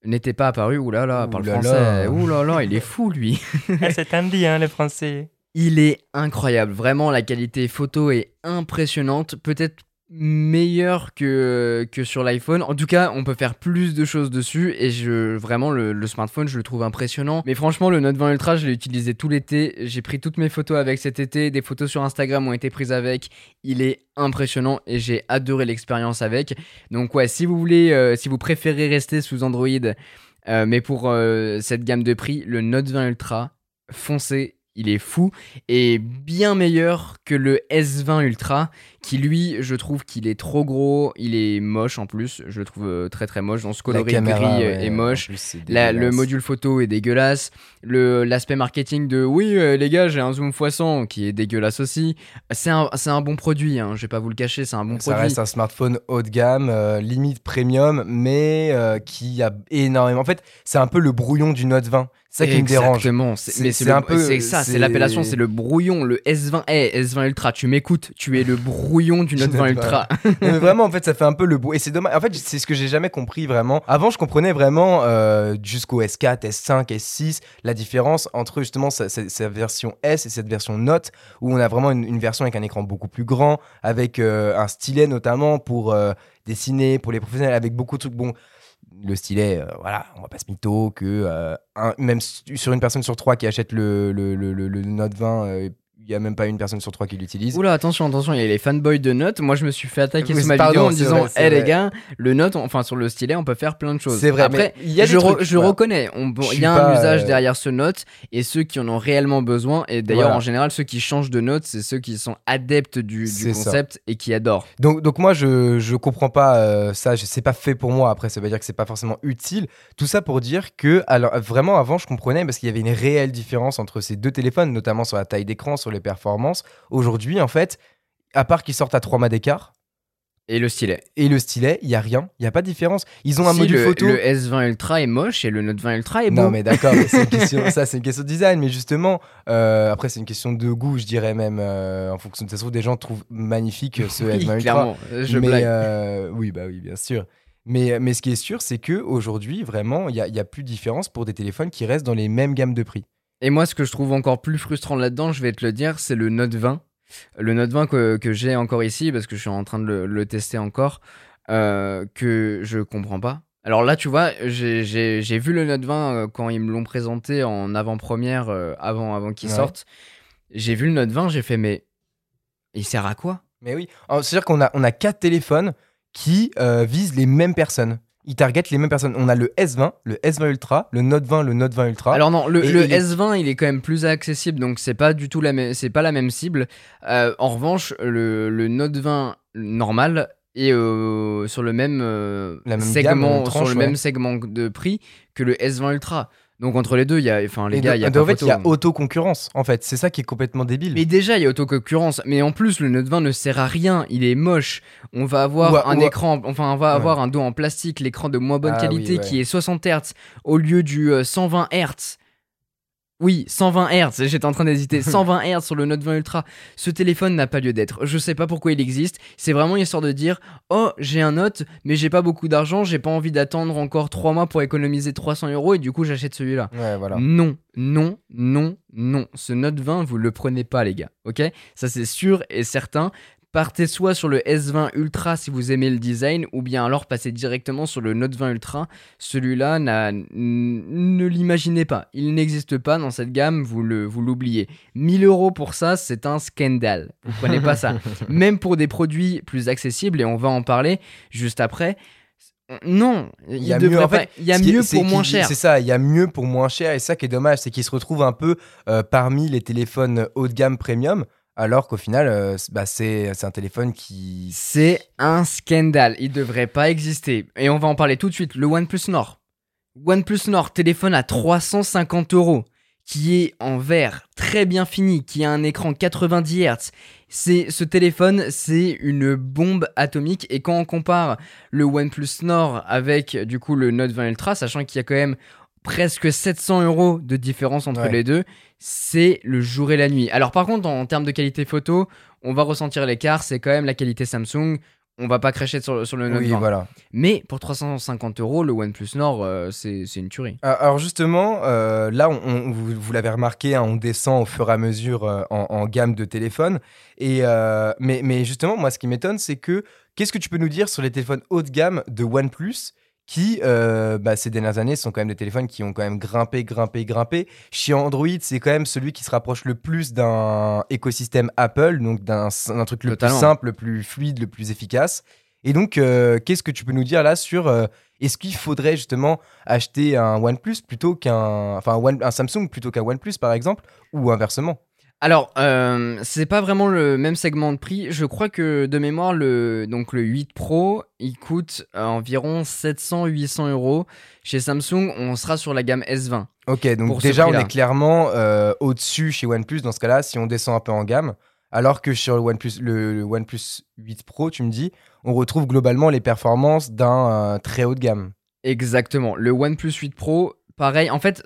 [SPEAKER 1] oulala, parle français, oulala, il est fou lui.
[SPEAKER 3] C'est un dit, le français.
[SPEAKER 1] Il est incroyable, vraiment la qualité photo est impressionnante, peut-être meilleure que sur l'iPhone. En tout cas, on peut faire plus de choses dessus, et vraiment le smartphone, je le trouve impressionnant. Mais franchement, le Note 20 Ultra, je l'ai utilisé tout l'été, j'ai pris toutes mes photos avec cet été, des photos sur Instagram ont été prises avec. Il est impressionnant et j'ai adoré l'expérience avec. Donc ouais, si vous préférez rester sous Android, mais pour cette gamme de prix, le Note 20 Ultra, foncez. Il est fou et bien meilleur que le S20 Ultra qui lui, je trouve qu'il est trop gros, il est moche en plus, je le trouve très très moche, dans ce coloris gris est moche, le module photo est dégueulasse, l'aspect marketing de les gars j'ai un zoom x100 qui est dégueulasse aussi, c'est un bon produit, je vais pas vous le cacher, c'est un bon produit.
[SPEAKER 2] Ça reste un smartphone haut de gamme, limite premium, mais qui a énormément, en fait c'est un peu le brouillon du Note 20. C'est ça qui me dérange.
[SPEAKER 1] Exactement, c'est l'appellation, c'est le brouillon, le S20. S20 Ultra, tu m'écoutes, tu es le brouillon du Note 20 Ultra.
[SPEAKER 2] Mais vraiment, en fait, ça fait un peu le brouillon. Et c'est dommage. En fait, c'est ce que j'ai jamais compris vraiment. Avant, je comprenais vraiment jusqu'au S4, S5, S6, la différence entre justement cette version S et cette version Note, où on a vraiment une version avec un écran beaucoup plus grand, avec un stylet notamment pour dessiner, pour les professionnels, avec beaucoup de trucs. Bon, le stylet, on va pas se mytho que même sur une personne sur 3 qui achète le Note 20, il y a même pas une personne sur 3 qui l'utilise.
[SPEAKER 1] Oula, attention, il y a les fanboys de Note. Moi, je me suis fait attaquer sur ma vidéo en disant les gars, le Note, sur le stylet, on peut faire plein de choses.
[SPEAKER 2] C'est vrai.
[SPEAKER 1] Après, je reconnais, il y a un usage derrière ce Note, et ceux qui en ont réellement besoin, et d'ailleurs, en général, ceux qui changent de Note, c'est ceux qui sont adeptes du concept et qui adorent.
[SPEAKER 2] Donc moi, je comprends pas ça. C'est pas fait pour moi. Après, ça veut dire que c'est pas forcément utile. Tout ça pour dire que, alors, vraiment, avant, je comprenais parce qu'il y avait une réelle différence entre ces deux téléphones, notamment sur la taille d'écran, sur les performances. Aujourd'hui, en fait, à part qu'ils sortent à 3 mâts d'écart.
[SPEAKER 1] Et le stylet,
[SPEAKER 2] il n'y a rien, il n'y a pas de différence. Ils ont un module photo.
[SPEAKER 1] Le S20 Ultra est moche et le Note 20 Ultra est beau.
[SPEAKER 2] Non, mais d'accord, c'est une question de design. Mais justement, après, c'est une question de goût, je dirais même. En fonction de ça se trouve, des gens trouvent magnifique ce S20 Ultra.
[SPEAKER 1] Clairement, blague.
[SPEAKER 2] Oui, bien sûr. Mais ce qui est sûr, c'est qu'aujourd'hui, vraiment, il n'y a plus de différence pour des téléphones qui restent dans les mêmes gammes de prix.
[SPEAKER 1] Et moi, ce que je trouve encore plus frustrant là-dedans, je vais te le dire, c'est le Note 20. Le Note 20 que j'ai encore ici, parce que je suis en train de le tester encore, que je comprends pas. Alors là, tu vois, j'ai vu le Note 20 quand ils me l'ont présenté en avant-première, avant qu'il sorte. J'ai vu le Note 20, j'ai fait, mais il sert à quoi ?
[SPEAKER 2] Mais oui, c'est-à-dire qu'on a 4 téléphones qui visent les mêmes personnes. Ils targetent les mêmes personnes. On a le S20, le S20 Ultra, le Note 20, le Note 20 Ultra.
[SPEAKER 1] Alors non, le S20, il est quand même plus accessible, donc c'est pas du tout c'est pas la même cible. En revanche, le Note 20 normal et sur le même
[SPEAKER 2] La même gamme,
[SPEAKER 1] segment,
[SPEAKER 2] tranche,
[SPEAKER 1] sur le
[SPEAKER 2] ouais.
[SPEAKER 1] même segment de prix que le S20 Ultra. Donc entre les deux, il y a, enfin les
[SPEAKER 2] Et
[SPEAKER 1] gars, il y a
[SPEAKER 2] en
[SPEAKER 1] pas
[SPEAKER 2] fait, il y a
[SPEAKER 1] photo.
[SPEAKER 2] auto-concurrence, en fait. C'est ça qui est complètement débile.
[SPEAKER 1] Mais déjà, il y a autoconcurrence. Mais en plus, le Note 20 ne sert à rien. Il est moche. On va avoir un écran, enfin, on va avoir un dos en plastique, l'écran de moins bonne qualité qui est 60 Hz au lieu du 120 Hz. Oui, 120 Hz, j'étais en train d'hésiter. 120 Hz sur le Note 20 Ultra. Ce téléphone n'a pas lieu d'être. Je sais pas pourquoi il existe. C'est vraiment histoire de dire oh, j'ai un Note, mais j'ai pas beaucoup d'argent. J'ai pas envie d'attendre encore 3 mois pour économiser 300 € et du coup, j'achète celui-là.
[SPEAKER 2] Ouais, voilà.
[SPEAKER 1] Non, non, non, non. Ce Note 20, vous le prenez pas, les gars. Ok ? Ça, c'est sûr et certain. Partez soit sur le S20 Ultra si vous aimez le design, ou bien alors passez directement sur le Note 20 Ultra. Celui-là, ne l'imaginez pas. Il n'existe pas dans cette gamme, vous l'oubliez. 1000 € pour ça, c'est un scandale. Vous prenez pas ça. Même pour des produits plus accessibles, et on va en parler juste après. Non, il y a mieux, pour moins cher.
[SPEAKER 2] C'est ça, il y a mieux pour moins cher, et ça qui est dommage, c'est qu'ils se retrouvent un peu parmi les téléphones haut de gamme premium. Alors qu'au final, c'est un téléphone qui...
[SPEAKER 1] C'est un scandale, il devrait pas exister. Et on va en parler tout de suite, le OnePlus Nord. OnePlus Nord, téléphone à 350 €, qui est en verre, très bien fini, qui a un écran 90 Hz. Ce téléphone, c'est une bombe atomique. Et quand on compare le OnePlus Nord avec du coup le Note 20 Ultra, sachant qu'il y a quand même presque 700 € de différence entre les deux, c'est le jour et la nuit. Alors par contre, en termes de qualité photo, on va ressentir l'écart, c'est quand même la qualité Samsung. On va pas cracher sur le Note 20.
[SPEAKER 2] Voilà.
[SPEAKER 1] Mais pour 350 € le OnePlus Nord, c'est une tuerie.
[SPEAKER 2] Alors justement, là, vous l'avez remarqué, hein, on descend au fur et à mesure en gamme de téléphones. Mais justement, moi, ce qui m'étonne, c'est que qu'est-ce que tu peux nous dire sur les téléphones haut de gamme de OnePlus qui, ces dernières années, sont quand même des téléphones qui ont quand même grimpé. Chez Android, c'est quand même celui qui se rapproche le plus d'un écosystème Apple, donc d'un truc le plus simple, le plus fluide, le plus efficace. Et donc, qu'est-ce que tu peux nous dire là sur est-ce qu'il faudrait justement acheter un OnePlus plutôt un Samsung plutôt qu'un OnePlus par exemple, ou inversement?
[SPEAKER 1] Alors, c'est pas vraiment le même segment de prix. Je crois que de mémoire, le 8 Pro, il coûte environ 700-800 €. Chez Samsung, on sera sur la gamme S20.
[SPEAKER 2] Ok, donc déjà, on est clairement au-dessus chez OnePlus dans ce cas-là, si on descend un peu en gamme. Alors que sur le OnePlus 8 Pro, tu me dis, on retrouve globalement les performances d'un très haut de gamme.
[SPEAKER 1] Exactement. Le OnePlus 8 Pro, pareil. En fait,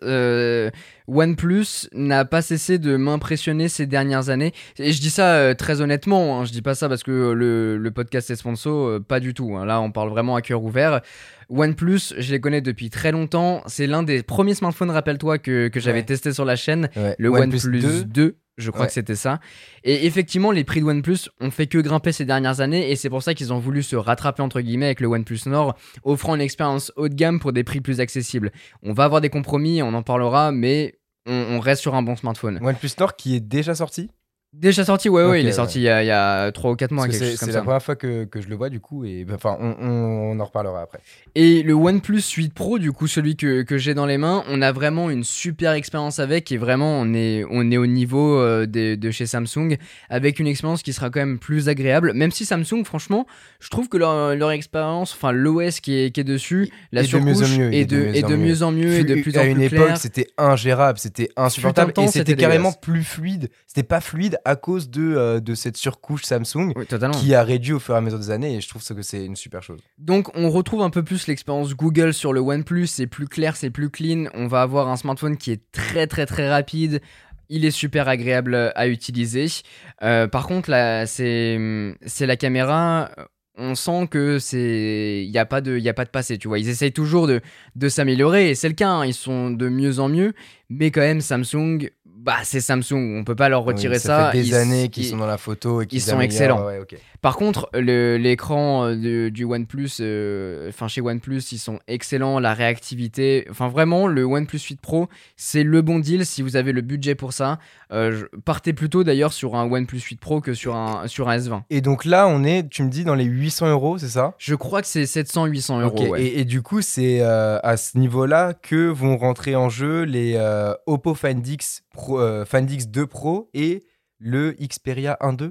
[SPEAKER 1] OnePlus n'a pas cessé de m'impressionner ces dernières années. Et je dis ça très honnêtement, hein. Je dis pas ça parce que le podcast est sponsor, pas du tout, hein. Là, on parle vraiment à cœur ouvert. OnePlus, je les connais depuis très longtemps. C'est l'un des premiers smartphones, rappelle-toi, que j'avais testé sur la chaîne. Ouais. Le OnePlus 2. Je crois que c'était ça. Et effectivement, les prix de OnePlus ont fait que grimper ces dernières années. Et c'est pour ça qu'ils ont voulu se rattraper, entre guillemets, avec le OnePlus Nord, offrant une expérience haut de gamme pour des prix plus accessibles. On va avoir des compromis, on en parlera, mais on reste sur un bon smartphone.
[SPEAKER 2] OnePlus Nord qui est déjà sorti ?
[SPEAKER 1] Déjà sorti, ouais, il est sorti il y a 3 ou 4 mois.
[SPEAKER 2] C'est la première fois que je le vois, du coup, et enfin, on en reparlera après.
[SPEAKER 1] Et le OnePlus 8 Pro, du coup, celui que j'ai dans les mains, on a vraiment une super expérience avec, et vraiment, on est au niveau de chez Samsung, avec une expérience qui sera quand même plus agréable, même si Samsung, franchement, je trouve que leur expérience, enfin, l'OS qui est dessus, la surcouche est de mieux en mieux, et de plus en plus claire.
[SPEAKER 2] À une époque, c'était ingérable, c'était insupportable, et c'était carrément plus fluide. C'était pas fluide à cause de cette surcouche Samsung qui a réduit au fur et à mesure des années, et je trouve que c'est une super chose.
[SPEAKER 1] Donc on retrouve un peu plus l'expérience Google sur le OnePlus, c'est plus clair, c'est plus clean, on va avoir un smartphone qui est très très très rapide, il est super agréable à utiliser. Par contre là, c'est la caméra. On sent que il y a pas de passé, tu vois. Ils essayent toujours de s'améliorer, et c'est le cas, hein. Ils sont de mieux en mieux, mais quand même Samsung, c'est Samsung, on peut pas leur retirer ça.
[SPEAKER 2] Ça fait des années qu'ils sont dans la photo et qu'ils
[SPEAKER 1] sont excellents.
[SPEAKER 2] Ouais, okay.
[SPEAKER 1] Par contre, l'écran du OnePlus, chez OnePlus, ils sont excellents, la réactivité, enfin vraiment, le OnePlus 8 Pro, c'est le bon deal si vous avez le budget pour ça. Partez plutôt d'ailleurs sur un OnePlus 8 Pro que sur un S20.
[SPEAKER 2] Et donc là, on est, tu me dis, dans les 800 €, c'est ça ?
[SPEAKER 1] Je crois que c'est 700-800 €.
[SPEAKER 2] Okay.
[SPEAKER 1] Ouais.
[SPEAKER 2] Et du coup, c'est à ce niveau-là que vont rentrer en jeu les Oppo Find X 2 Pro et le Xperia 1.2 ?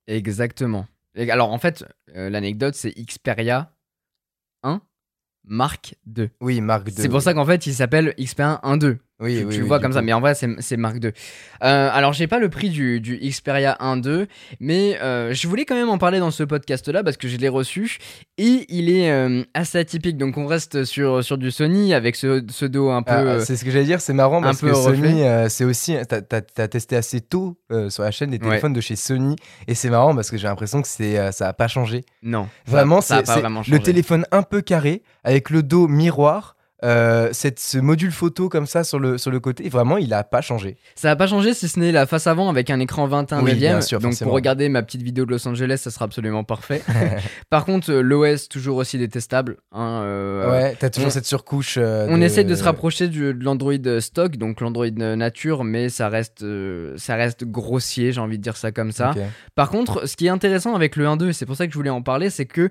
[SPEAKER 1] Exactement. Alors en fait, l'anecdote, c'est Xperia 1 Mark II.
[SPEAKER 2] Oui, Mark II.
[SPEAKER 1] C'est pour ça qu'en fait, il s'appelle Xperia 1.2.
[SPEAKER 2] Oui,
[SPEAKER 1] Tu le vois comme ça, mais en vrai, c'est Mark II. Alors, j'ai pas le prix du Xperia 1.2, mais je voulais quand même en parler dans ce podcast-là parce que je l'ai reçu et il est assez atypique. Donc, on reste sur du Sony avec ce dos un peu.
[SPEAKER 2] C'est ce que j'allais dire, c'est marrant parce
[SPEAKER 1] peu
[SPEAKER 2] que Sony,
[SPEAKER 1] reflet.
[SPEAKER 2] c'est aussi. T'as testé assez tôt sur la chaîne des téléphones de chez Sony et c'est marrant parce que j'ai l'impression que ça a pas changé.
[SPEAKER 1] Non,
[SPEAKER 2] Vraiment,
[SPEAKER 1] ça a pas
[SPEAKER 2] c'est
[SPEAKER 1] vraiment
[SPEAKER 2] le
[SPEAKER 1] changé.
[SPEAKER 2] téléphone un peu carré avec le dos miroir. Ce module photo comme ça sur le côté, vraiment il a pas changé.
[SPEAKER 1] Ça a pas changé si ce n'est la face avant avec un écran 21
[SPEAKER 2] Oui, bien
[SPEAKER 1] neuvième.
[SPEAKER 2] sûr,
[SPEAKER 1] Donc
[SPEAKER 2] forcément.
[SPEAKER 1] pour regarder ma petite vidéo de Los Angeles, ça sera absolument parfait. Par contre, l'OS toujours aussi détestable.
[SPEAKER 2] Ouais, t'as toujours
[SPEAKER 1] on-
[SPEAKER 2] cette surcouche.
[SPEAKER 1] On essaye de se rapprocher de l'Android stock, donc l'Android nature, mais ça reste grossier, j'ai envie de dire ça comme ça.
[SPEAKER 2] Ok.
[SPEAKER 1] Par contre, ce qui est intéressant avec le 1.2, et c'est pour ça que je voulais en parler, c'est que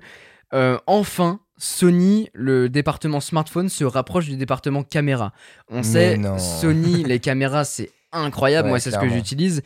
[SPEAKER 1] enfin, Sony, le département smartphone, se rapproche du département caméra. On
[SPEAKER 2] Mais
[SPEAKER 1] sait,
[SPEAKER 2] non.
[SPEAKER 1] Sony, les caméras, c'est incroyable,
[SPEAKER 2] Ouais,
[SPEAKER 1] moi c'est ce que
[SPEAKER 2] clairement.
[SPEAKER 1] j'utilise.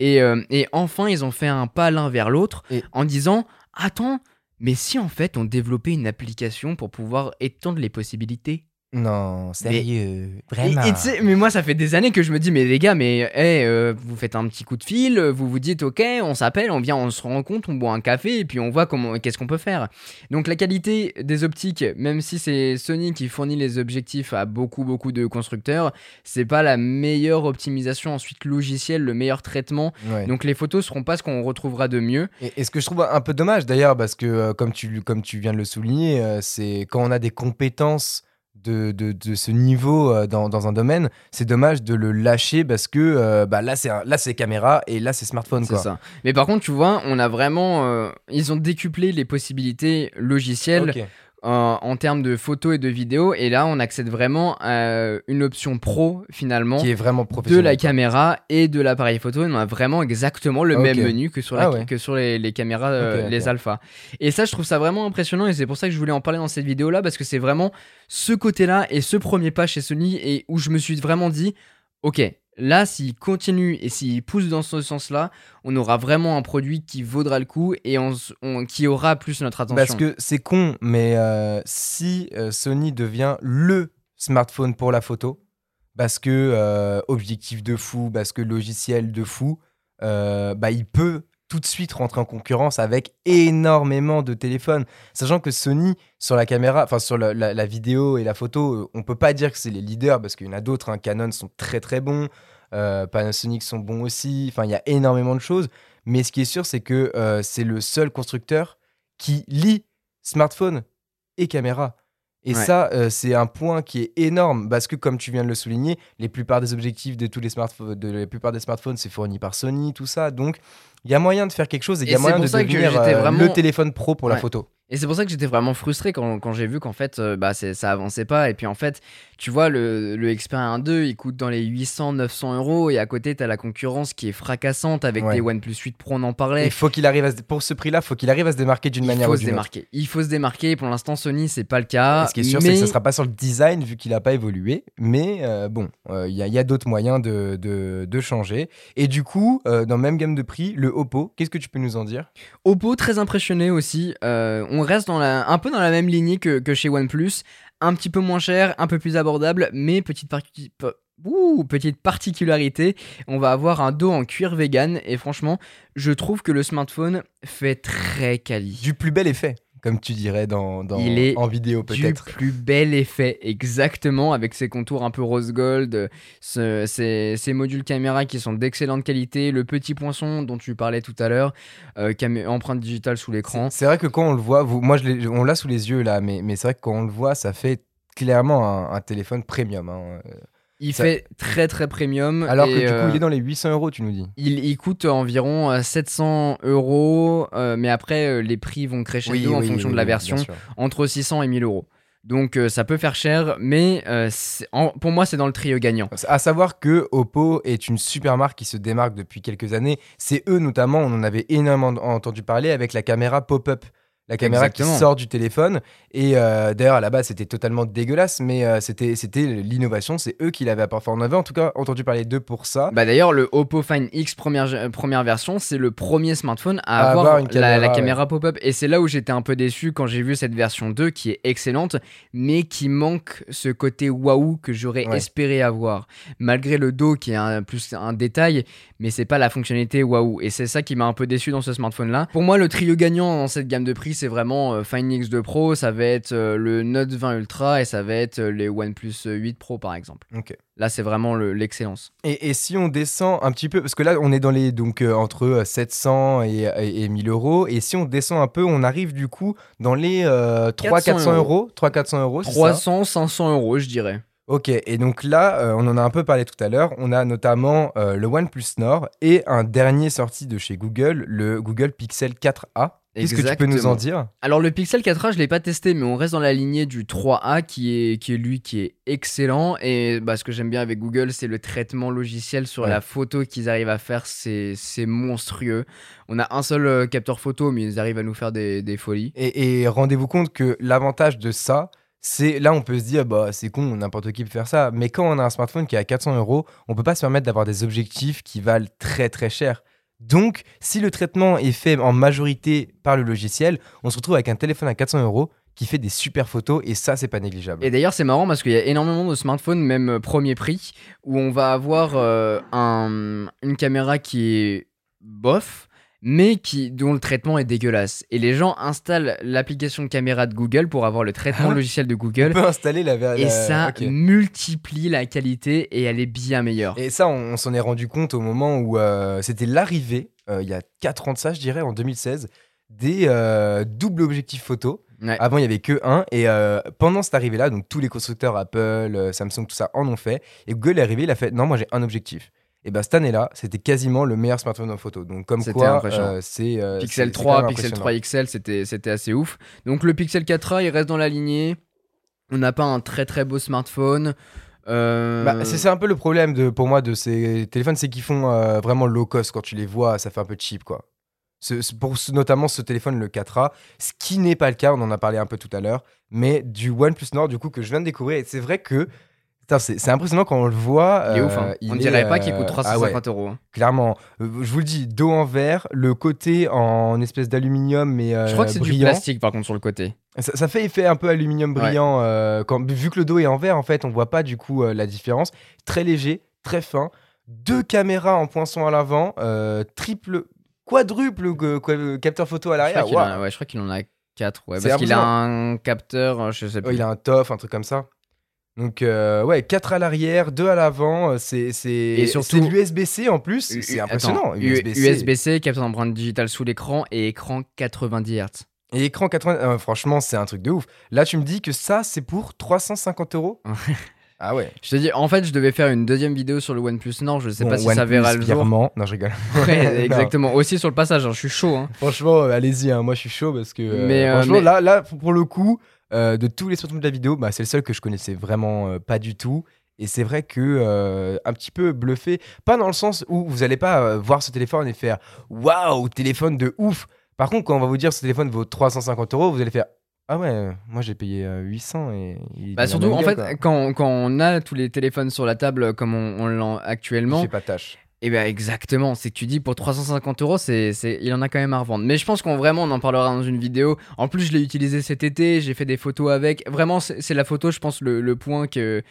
[SPEAKER 1] Et enfin, ils ont fait un pas l'un vers l'autre
[SPEAKER 2] Et-
[SPEAKER 1] en disant, attends, mais si en fait on développait une application pour pouvoir étendre les possibilités.
[SPEAKER 2] Non, sérieux,
[SPEAKER 1] Et
[SPEAKER 2] vraiment.
[SPEAKER 1] tu sais, mais moi ça fait des années que je me dis, mais les gars, mais vous faites un petit coup de fil, vous vous dites ok, on s'appelle, on vient, on se rencontre, on boit un café et puis on voit qu'est-ce qu'on peut faire. Donc la qualité des optiques, même si c'est Sony qui fournit les objectifs à beaucoup de constructeurs, c'est pas la meilleure optimisation ensuite logicielle, le meilleur traitement.
[SPEAKER 2] Ouais.
[SPEAKER 1] Donc les photos seront pas ce qu'on retrouvera de mieux.
[SPEAKER 2] Et ce que je trouve un peu dommage d'ailleurs, parce que comme tu viens de le souligner, c'est quand on a des compétences de ce niveau dans un domaine, c'est dommage de le lâcher parce que là c'est caméra et là c'est smartphone
[SPEAKER 1] C'est
[SPEAKER 2] quoi.
[SPEAKER 1] ça. Mais par contre, tu vois, on a vraiment, ils ont décuplé les possibilités logicielles.
[SPEAKER 2] Ok.
[SPEAKER 1] En termes de photos et de vidéos, et là on accède vraiment à une option pro finalement
[SPEAKER 2] Qui est vraiment
[SPEAKER 1] de
[SPEAKER 2] professionnel.
[SPEAKER 1] la caméra et de l'appareil photo. On a vraiment exactement le
[SPEAKER 2] Ok.
[SPEAKER 1] même menu que sur,
[SPEAKER 2] Ah ouais.
[SPEAKER 1] que sur les caméras,
[SPEAKER 2] Ok, ok.
[SPEAKER 1] les alpha. Et ça, je trouve ça vraiment impressionnant et c'est pour ça que je voulais en parler dans cette vidéo là parce que c'est vraiment ce côté-là et ce premier pas chez Sony et où je me suis vraiment dit, ok. Là, s'il continue et s'il pousse dans ce sens-là, on aura vraiment un produit qui vaudra le coup et qui aura plus notre attention.
[SPEAKER 2] Parce que c'est con, mais si Sony devient le smartphone pour la photo, parce que objectif de fou, parce que logiciel de fou, il peut tout de suite rentrer en concurrence avec énormément de téléphones. Sachant que Sony, sur la caméra, enfin sur la vidéo et la photo, on peut pas dire que c'est les leaders, parce qu'il y en a d'autres, hein. Canon sont très très bons, Panasonic sont bons aussi, enfin il y a énormément de choses. Mais ce qui est sûr, c'est que c'est le seul constructeur qui lie smartphone et caméra. Et
[SPEAKER 1] Ouais.
[SPEAKER 2] ça, c'est un point qui est énorme parce que, comme tu viens de le souligner, la plupart des objectifs de tous les smartphones, la plupart des smartphones, c'est fourni par Sony, tout ça. Donc, il y a moyen de faire quelque chose et il y
[SPEAKER 1] Et
[SPEAKER 2] a moyen
[SPEAKER 1] c'est
[SPEAKER 2] de
[SPEAKER 1] pour ça que
[SPEAKER 2] devenir
[SPEAKER 1] j'étais vraiment-
[SPEAKER 2] le téléphone pro pour la
[SPEAKER 1] Ouais.
[SPEAKER 2] photo.
[SPEAKER 1] Et c'est pour ça que j'étais vraiment frustré quand j'ai vu qu'en fait, ça avançait pas. Et puis en fait, tu vois, le Xperia 1.2, il coûte dans les 800-900 euros. Et à côté, t'as la concurrence qui est fracassante avec
[SPEAKER 2] Ouais.
[SPEAKER 1] des OnePlus 8 Pro, on en
[SPEAKER 2] Et
[SPEAKER 1] parlait.
[SPEAKER 2] il faut qu'il arrive pour ce prix-là, faut qu'il arrive à se démarquer d'une manière ou d'une autre.
[SPEAKER 1] Il faut se démarquer. Pour l'instant, Sony, c'est pas le cas.
[SPEAKER 2] Et ce qui est sûr, c'est que ça sera pas sur le design vu qu'il a pas évolué. Mais il y a d'autres moyens de changer. Et du coup, dans le même gamme de prix, le Oppo, qu'est-ce que tu peux nous en dire?
[SPEAKER 1] Oppo, très impressionné aussi. On reste un peu dans la même lignée que chez OnePlus. Un petit peu moins cher, un peu plus abordable, mais petite particularité, on va avoir un dos en cuir vegan. Et franchement, je trouve que le smartphone fait très quali.
[SPEAKER 2] Du plus bel effet, comme tu dirais
[SPEAKER 1] Il est
[SPEAKER 2] en vidéo
[SPEAKER 1] Du
[SPEAKER 2] peut-être.
[SPEAKER 1] plus bel effet, exactement, avec ses contours un peu rose gold, ces modules caméra qui sont d'excellente qualité, le petit poinçon dont tu parlais tout à l'heure, empreinte digitale sous l'écran.
[SPEAKER 2] C'est vrai que quand on le voit, on l'a sous les yeux là, mais c'est vrai que quand on le voit, ça fait clairement un téléphone premium. Hein.
[SPEAKER 1] Il
[SPEAKER 2] Ça-
[SPEAKER 1] fait très très premium.
[SPEAKER 2] Alors
[SPEAKER 1] et,
[SPEAKER 2] que du coup, il est dans les 800 euros, tu nous dis.
[SPEAKER 1] il coûte environ 700 euros, mais après les prix vont crescendo en fonction de la version,
[SPEAKER 2] bien sûr.
[SPEAKER 1] entre 600 et 1000 euros. Donc ça peut faire cher, mais pour moi c'est dans le trio gagnant.
[SPEAKER 2] À savoir que Oppo est une super marque qui se démarque depuis quelques années. C'est eux notamment, on en avait énormément entendu parler avec la caméra pop-up. La caméra
[SPEAKER 1] Exactement.
[SPEAKER 2] qui sort du téléphone. Et d'ailleurs, à la base, c'était totalement dégueulasse, mais c'était l'innovation. C'est eux qui l'avaient apporté. On avait en tout cas entendu parler d'eux pour ça.
[SPEAKER 1] Bah d'ailleurs, le Oppo Find X première version, c'est le premier smartphone à
[SPEAKER 2] À
[SPEAKER 1] avoir
[SPEAKER 2] avoir une
[SPEAKER 1] la
[SPEAKER 2] caméra,
[SPEAKER 1] caméra pop-up. Et c'est là où j'étais un peu déçu quand j'ai vu cette version 2 qui est excellente, mais qui manque ce côté waouh que j'aurais
[SPEAKER 2] Ouais.
[SPEAKER 1] espéré avoir. Malgré le dos qui est plus un détail, mais c'est pas la fonctionnalité waouh. Et c'est ça qui m'a un peu déçu dans ce smartphone-là. Pour moi, le trio gagnant dans cette gamme de prix, c'est vraiment Find X2 Pro, ça va être le Note 20 Ultra et ça va être les OnePlus 8 Pro par exemple.
[SPEAKER 2] Ok.
[SPEAKER 1] Là, c'est vraiment l'excellence.
[SPEAKER 2] Et si on descend un petit peu, parce que là, on est dans les entre 700 et 1000 euros, et si on descend un peu, on arrive du coup dans les 300-400 euros. 300-400 euros, c'est ça
[SPEAKER 1] 300-500 euros, je dirais.
[SPEAKER 2] Ok, et donc là, on en a un peu parlé tout à l'heure. On a notamment le OnePlus Nord et un dernier sorti de chez Google, le Google Pixel 4a. Qu'est-ce que tu peux nous en dire?
[SPEAKER 1] Alors le Pixel 4a, je l'ai pas testé, mais on reste dans la lignée du 3a qui est excellent. Et bah, ce que j'aime bien avec Google, c'est le traitement logiciel sur
[SPEAKER 2] Ouais.
[SPEAKER 1] la photo qu'ils arrivent à faire. C'est monstrueux. On a un seul capteur photo, mais ils arrivent à nous faire des folies.
[SPEAKER 2] Et rendez-vous compte que l'avantage de ça, c'est là on peut se dire bah c'est con, n'importe qui peut faire ça, mais quand on a un smartphone qui est à 400 euros, on peut pas se permettre d'avoir des objectifs qui valent très très cher. Donc si le traitement est fait en majorité par le logiciel, on se retrouve avec un téléphone à 400 euros qui fait des super photos, et ça c'est pas négligeable.
[SPEAKER 1] Et d'ailleurs, c'est marrant parce qu'il y a énormément de smartphones, même premier prix, où on va avoir une caméra qui est bof, mais dont le traitement est dégueulasse. Et les gens installent l'application de caméra de Google pour avoir le traitement
[SPEAKER 2] Ah,
[SPEAKER 1] logiciel de
[SPEAKER 2] On
[SPEAKER 1] Google.
[SPEAKER 2] peut installer
[SPEAKER 1] Et ça
[SPEAKER 2] ok.
[SPEAKER 1] multiplie la qualité et elle est bien meilleure.
[SPEAKER 2] Et ça, on s'en est rendu compte au moment où c'était l'arrivée, il y a 4 ans de ça, je dirais, en 2016, des doubles objectifs photo.
[SPEAKER 1] Ouais.
[SPEAKER 2] Avant, il n'y avait que un. Et pendant cette arrivée-là, donc tous les constructeurs Apple, Samsung, tout ça en ont fait. Et Google est arrivé, il a fait non, moi j'ai un objectif. Et ben cette année-là, c'était quasiment le meilleur smartphone en photo. Donc comme
[SPEAKER 1] C'était
[SPEAKER 2] quoi,
[SPEAKER 1] impressionnant.
[SPEAKER 2] c'est
[SPEAKER 1] Pixel
[SPEAKER 2] c'est
[SPEAKER 1] 3,
[SPEAKER 2] quand même
[SPEAKER 1] Pixel
[SPEAKER 2] impressionnant.
[SPEAKER 1] 3 XL, c'était assez ouf. Donc le Pixel 4a, il reste dans la lignée. On n'a pas un très très beau smartphone.
[SPEAKER 2] Bah, c'est un peu le problème pour moi de ces téléphones, c'est qu'ils font vraiment low cost. Quand tu les vois, ça fait un peu cheap, quoi. Notamment ce téléphone, le 4A, ce qui n'est pas le cas, on en a parlé un peu tout à l'heure, mais du OnePlus Nord, du coup, que je viens de découvrir. Et c'est vrai que putain, c'est impressionnant quand on le voit.
[SPEAKER 1] Il est ouf, hein. On dirait pas qu'il coûte
[SPEAKER 2] ah ouais,
[SPEAKER 1] 350 euros. Hein.
[SPEAKER 2] clairement. Je vous le dis, dos en verre, le côté en espèce d'aluminium, mais
[SPEAKER 1] Je crois que c'est du
[SPEAKER 2] brillant.
[SPEAKER 1] plastique par contre sur le côté.
[SPEAKER 2] Ça fait effet un peu aluminium brillant. Vu que le dos est en verre, en fait, on voit pas du coup la différence. Très léger, très fin. 2 caméras en poinçon à l'avant, quadruple capteur photo à
[SPEAKER 1] Je
[SPEAKER 2] l'arrière.
[SPEAKER 1] crois qu'il en a 4. Ouais,
[SPEAKER 2] C'est
[SPEAKER 1] parce qu'il a
[SPEAKER 2] impressionnant.
[SPEAKER 1] un capteur, je sais plus.
[SPEAKER 2] Il a un TOF, un truc comme ça. Donc, ouais, 4 à l'arrière, 2 à l'avant.
[SPEAKER 1] Et
[SPEAKER 2] C'est
[SPEAKER 1] surtout-
[SPEAKER 2] de l'USB-C en plus. C'est impressionnant. USB-C.
[SPEAKER 1] USB-C, capteur d'empreinte digitale sous l'écran et écran 90 Hz.
[SPEAKER 2] Et écran 80. Franchement, c'est un truc de ouf. Là, tu me dis que ça, c'est pour 350 euros. Ah ouais.
[SPEAKER 1] Je te dis, en fait, je devais faire une deuxième vidéo sur le OnePlus Nord. Je sais
[SPEAKER 2] Bon,
[SPEAKER 1] pas si ça
[SPEAKER 2] OnePlus,
[SPEAKER 1] verra le jour.
[SPEAKER 2] Birman. Non, je rigole.
[SPEAKER 1] Ouais,
[SPEAKER 2] Non.
[SPEAKER 1] exactement. Aussi sur le passage, hein, je suis chaud. Hein.
[SPEAKER 2] Franchement, allez-y, hein, moi je suis chaud parce que franchement,
[SPEAKER 1] mais-
[SPEAKER 2] là, pour le coup, de tous les smartphones de la vidéo, bah, c'est le seul que je connaissais vraiment pas du tout. Et c'est vrai que un petit peu bluffé, pas dans le sens où vous allez pas voir ce téléphone et faire waouh, téléphone de ouf. Par contre, quand on va vous dire ce téléphone vaut 350 euros, vous allez faire ah ouais, moi j'ai payé 800 et il
[SPEAKER 1] Bah
[SPEAKER 2] est
[SPEAKER 1] surtout,
[SPEAKER 2] dans
[SPEAKER 1] en
[SPEAKER 2] la
[SPEAKER 1] fait,
[SPEAKER 2] gueule, quoi.
[SPEAKER 1] quand on a tous les téléphones sur la table comme on l'a
[SPEAKER 2] Il
[SPEAKER 1] actuellement,
[SPEAKER 2] fait pas tâche.
[SPEAKER 1] et bien exactement, c'est que tu dis pour 350 euros, il en a quand même à revendre. Mais je pense qu'on vraiment, on en parlera dans une vidéo. En plus, je l'ai utilisé cet été, j'ai fait des photos avec. Vraiment, c'est la photo, je pense, le point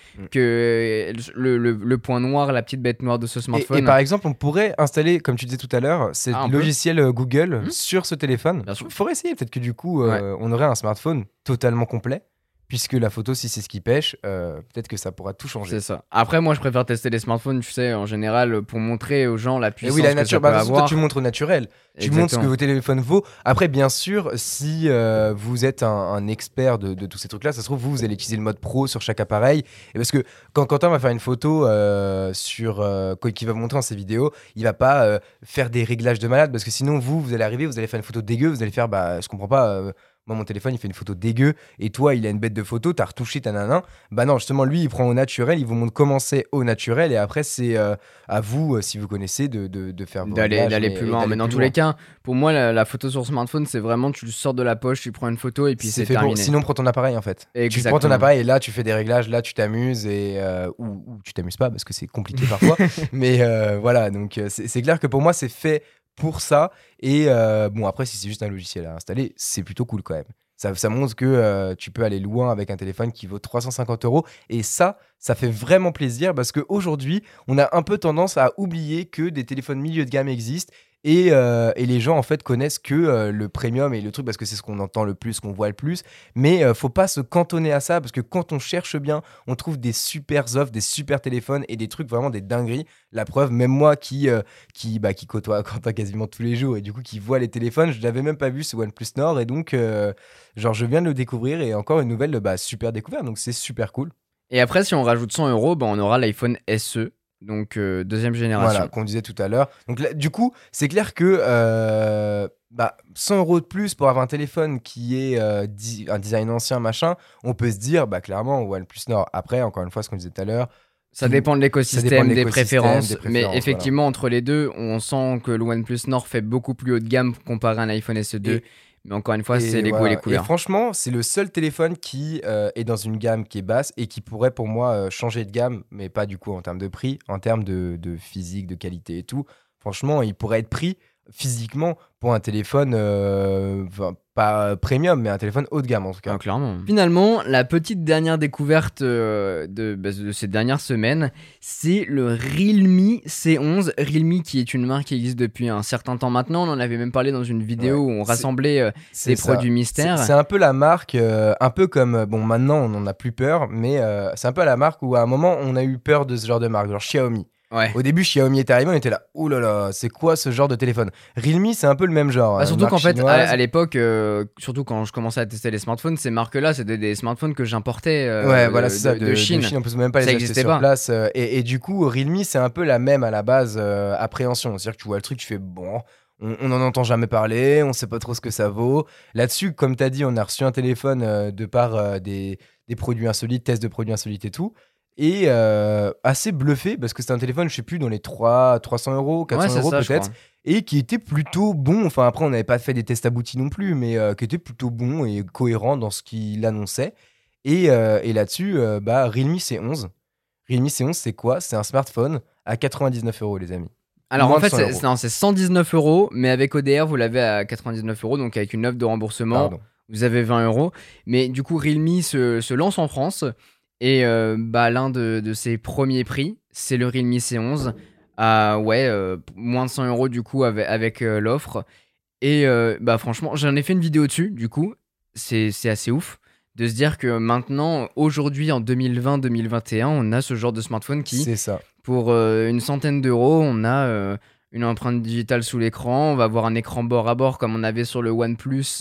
[SPEAKER 1] le point noir, la petite bête noire de ce smartphone.
[SPEAKER 2] Et par exemple, on pourrait installer, comme tu disais tout à l'heure, ce
[SPEAKER 1] Ah, on peut.
[SPEAKER 2] logiciel Google
[SPEAKER 1] Mhm.
[SPEAKER 2] sur ce téléphone.
[SPEAKER 1] Bien sûr.
[SPEAKER 2] Il faudrait essayer, peut-être que du coup,
[SPEAKER 1] Ouais.
[SPEAKER 2] on aurait un smartphone totalement complet, puisque la photo, si c'est ce qui pêche, peut-être que ça pourra tout changer.
[SPEAKER 1] C'est ça. Après, moi, je préfère tester les smartphones, tu sais, en général, pour montrer aux gens la
[SPEAKER 2] Et
[SPEAKER 1] puissance
[SPEAKER 2] oui, la
[SPEAKER 1] que ça
[SPEAKER 2] nature,
[SPEAKER 1] peut
[SPEAKER 2] bah, de toute façon,
[SPEAKER 1] avoir.
[SPEAKER 2] toi, tu montres au naturel. Tu montres ce que votre téléphone vaut. Après, bien sûr, si vous êtes un expert de tous ces trucs-là, ça se trouve, vous allez utiliser le mode pro sur chaque appareil. Et parce que quand Quentin va faire une photo qu'il va vous montrer dans ses vidéos, il va pas faire des réglages de malade, parce que sinon, vous allez arriver, vous allez faire une photo dégueu, vous allez faire, bah, je comprends pas. moi mon téléphone il fait une photo dégueu et toi il a une bête de photo, t'as retouché, t'as nanan. Bah non, justement lui il prend au naturel, il vous montre comment c'est au naturel et après c'est à vous, si vous connaissez, de faire vos réglages,
[SPEAKER 1] d'aller plus loin. Mais dans tous les cas, pour moi, la photo sur smartphone, c'est vraiment tu le sors de la poche, tu prends une photo et puis c'est
[SPEAKER 2] fait
[SPEAKER 1] terminé.
[SPEAKER 2] Sinon prends ton appareil en fait. Tu prends ton appareil et là tu fais des réglages, là tu t'amuses et ou tu t'amuses pas parce que c'est compliqué parfois. Mais voilà, donc c'est clair que pour moi c'est fait pour ça. Et bon, après, si c'est juste un logiciel à installer, c'est plutôt cool quand même. Ça montre que tu peux aller loin avec un téléphone qui vaut 350 euros. Et ça fait vraiment plaisir parce qu'aujourd'hui, on a un peu tendance à oublier que des téléphones milieu de gamme existent. Et les gens en fait connaissent que le premium et le truc parce que c'est ce qu'on entend le plus, qu'on voit le plus. Mais faut pas se cantonner à ça parce que quand on cherche bien, on trouve des super offres, des super téléphones et des trucs vraiment des dingueries. La preuve, même moi qui côtoie Quentin quasiment tous les jours et du coup qui voit les téléphones, je l'avais même pas vu ce OnePlus Nord et donc je viens de le découvrir et encore une nouvelle super découverte, donc c'est super cool.
[SPEAKER 1] Et après, si on rajoute 100 euros, on aura l'iPhone SE. Donc, deuxième génération.
[SPEAKER 2] Voilà, qu'on disait tout à l'heure. Donc, là, du coup, c'est clair que 100 euros de plus pour avoir un téléphone qui est un design ancien, machin, on peut se dire, clairement, OnePlus Nord. Après, encore une fois, ce qu'on disait tout à l'heure.
[SPEAKER 1] Ça dépend de l'écosystème, des préférences. Mais effectivement, voilà. Entre les deux, on sent que le OnePlus Nord fait beaucoup plus haut de gamme comparé à un iPhone SE2. Mais encore une fois, c'est les goûts et les couleurs.
[SPEAKER 2] Et franchement, c'est le seul téléphone qui est dans une gamme qui est basse et qui pourrait pour moi changer de gamme, mais pas du coup en termes de prix, en termes de physique, de qualité et tout. Franchement, il pourrait être pris physiquement pour un téléphone pas premium, mais un téléphone haut de gamme en tout cas.
[SPEAKER 1] Ah, clairement. Finalement, la petite dernière découverte de ces dernières semaines, c'est le Realme C11. Realme qui est une marque qui existe depuis un certain temps maintenant. On en avait même parlé dans une vidéo où on rassemblait des produits mystères.
[SPEAKER 2] C'est un peu la marque, un peu comme, bon maintenant on n'en a plus peur, mais c'est un peu la marque où à un moment on a eu peur de ce genre de marque, genre Xiaomi.
[SPEAKER 1] Ouais.
[SPEAKER 2] Au début, Xiaomi est arrivé, on était là, ouh là là, c'est quoi ce genre de téléphone? Realme, c'est un peu le même genre.
[SPEAKER 1] Surtout qu'en fait, à l'époque, surtout quand je commençais à tester les smartphones, ces marques-là, c'était des smartphones que j'importais de Chine.
[SPEAKER 2] On peut même pas les acheter sur place. Et du coup, Realme, c'est un peu la même à la base appréhension. C'est-à-dire que tu vois le truc, tu fais bon. On n'en entend jamais parler, on sait pas trop ce que ça vaut. Là-dessus, comme tu as dit, on a reçu un téléphone de par des produits insolites, tests de produits insolites et tout. Et assez bluffé parce que c'était un téléphone, je sais plus, dans les 300 euros, 400 euros peut-être, et qui était plutôt bon. Enfin, après, on n'avait pas fait des tests aboutis non plus, mais qui était plutôt bon et cohérent dans ce qu'il annonçait. Et là-dessus, Realme C11. Realme C11, c'est quoi? C'est un smartphone à 99 euros, les amis.
[SPEAKER 1] Alors en fait, c'est 119 euros, mais avec ODR, vous l'avez à 99 euros, donc avec une offre de remboursement, vous avez 20 euros. Mais du coup, Realme se lance en France. Et l'un de ses premiers prix, c'est le Realme C11 à moins de 100 euros du coup avec l'offre. Et franchement, j'en ai fait une vidéo dessus, du coup, c'est assez ouf de se dire que maintenant, aujourd'hui, en 2020-2021, on a ce genre de smartphone qui,
[SPEAKER 2] c'est ça.
[SPEAKER 1] Pour une centaine d'euros, on a une empreinte digitale sous l'écran, on va avoir un écran bord à bord comme on avait sur le OnePlus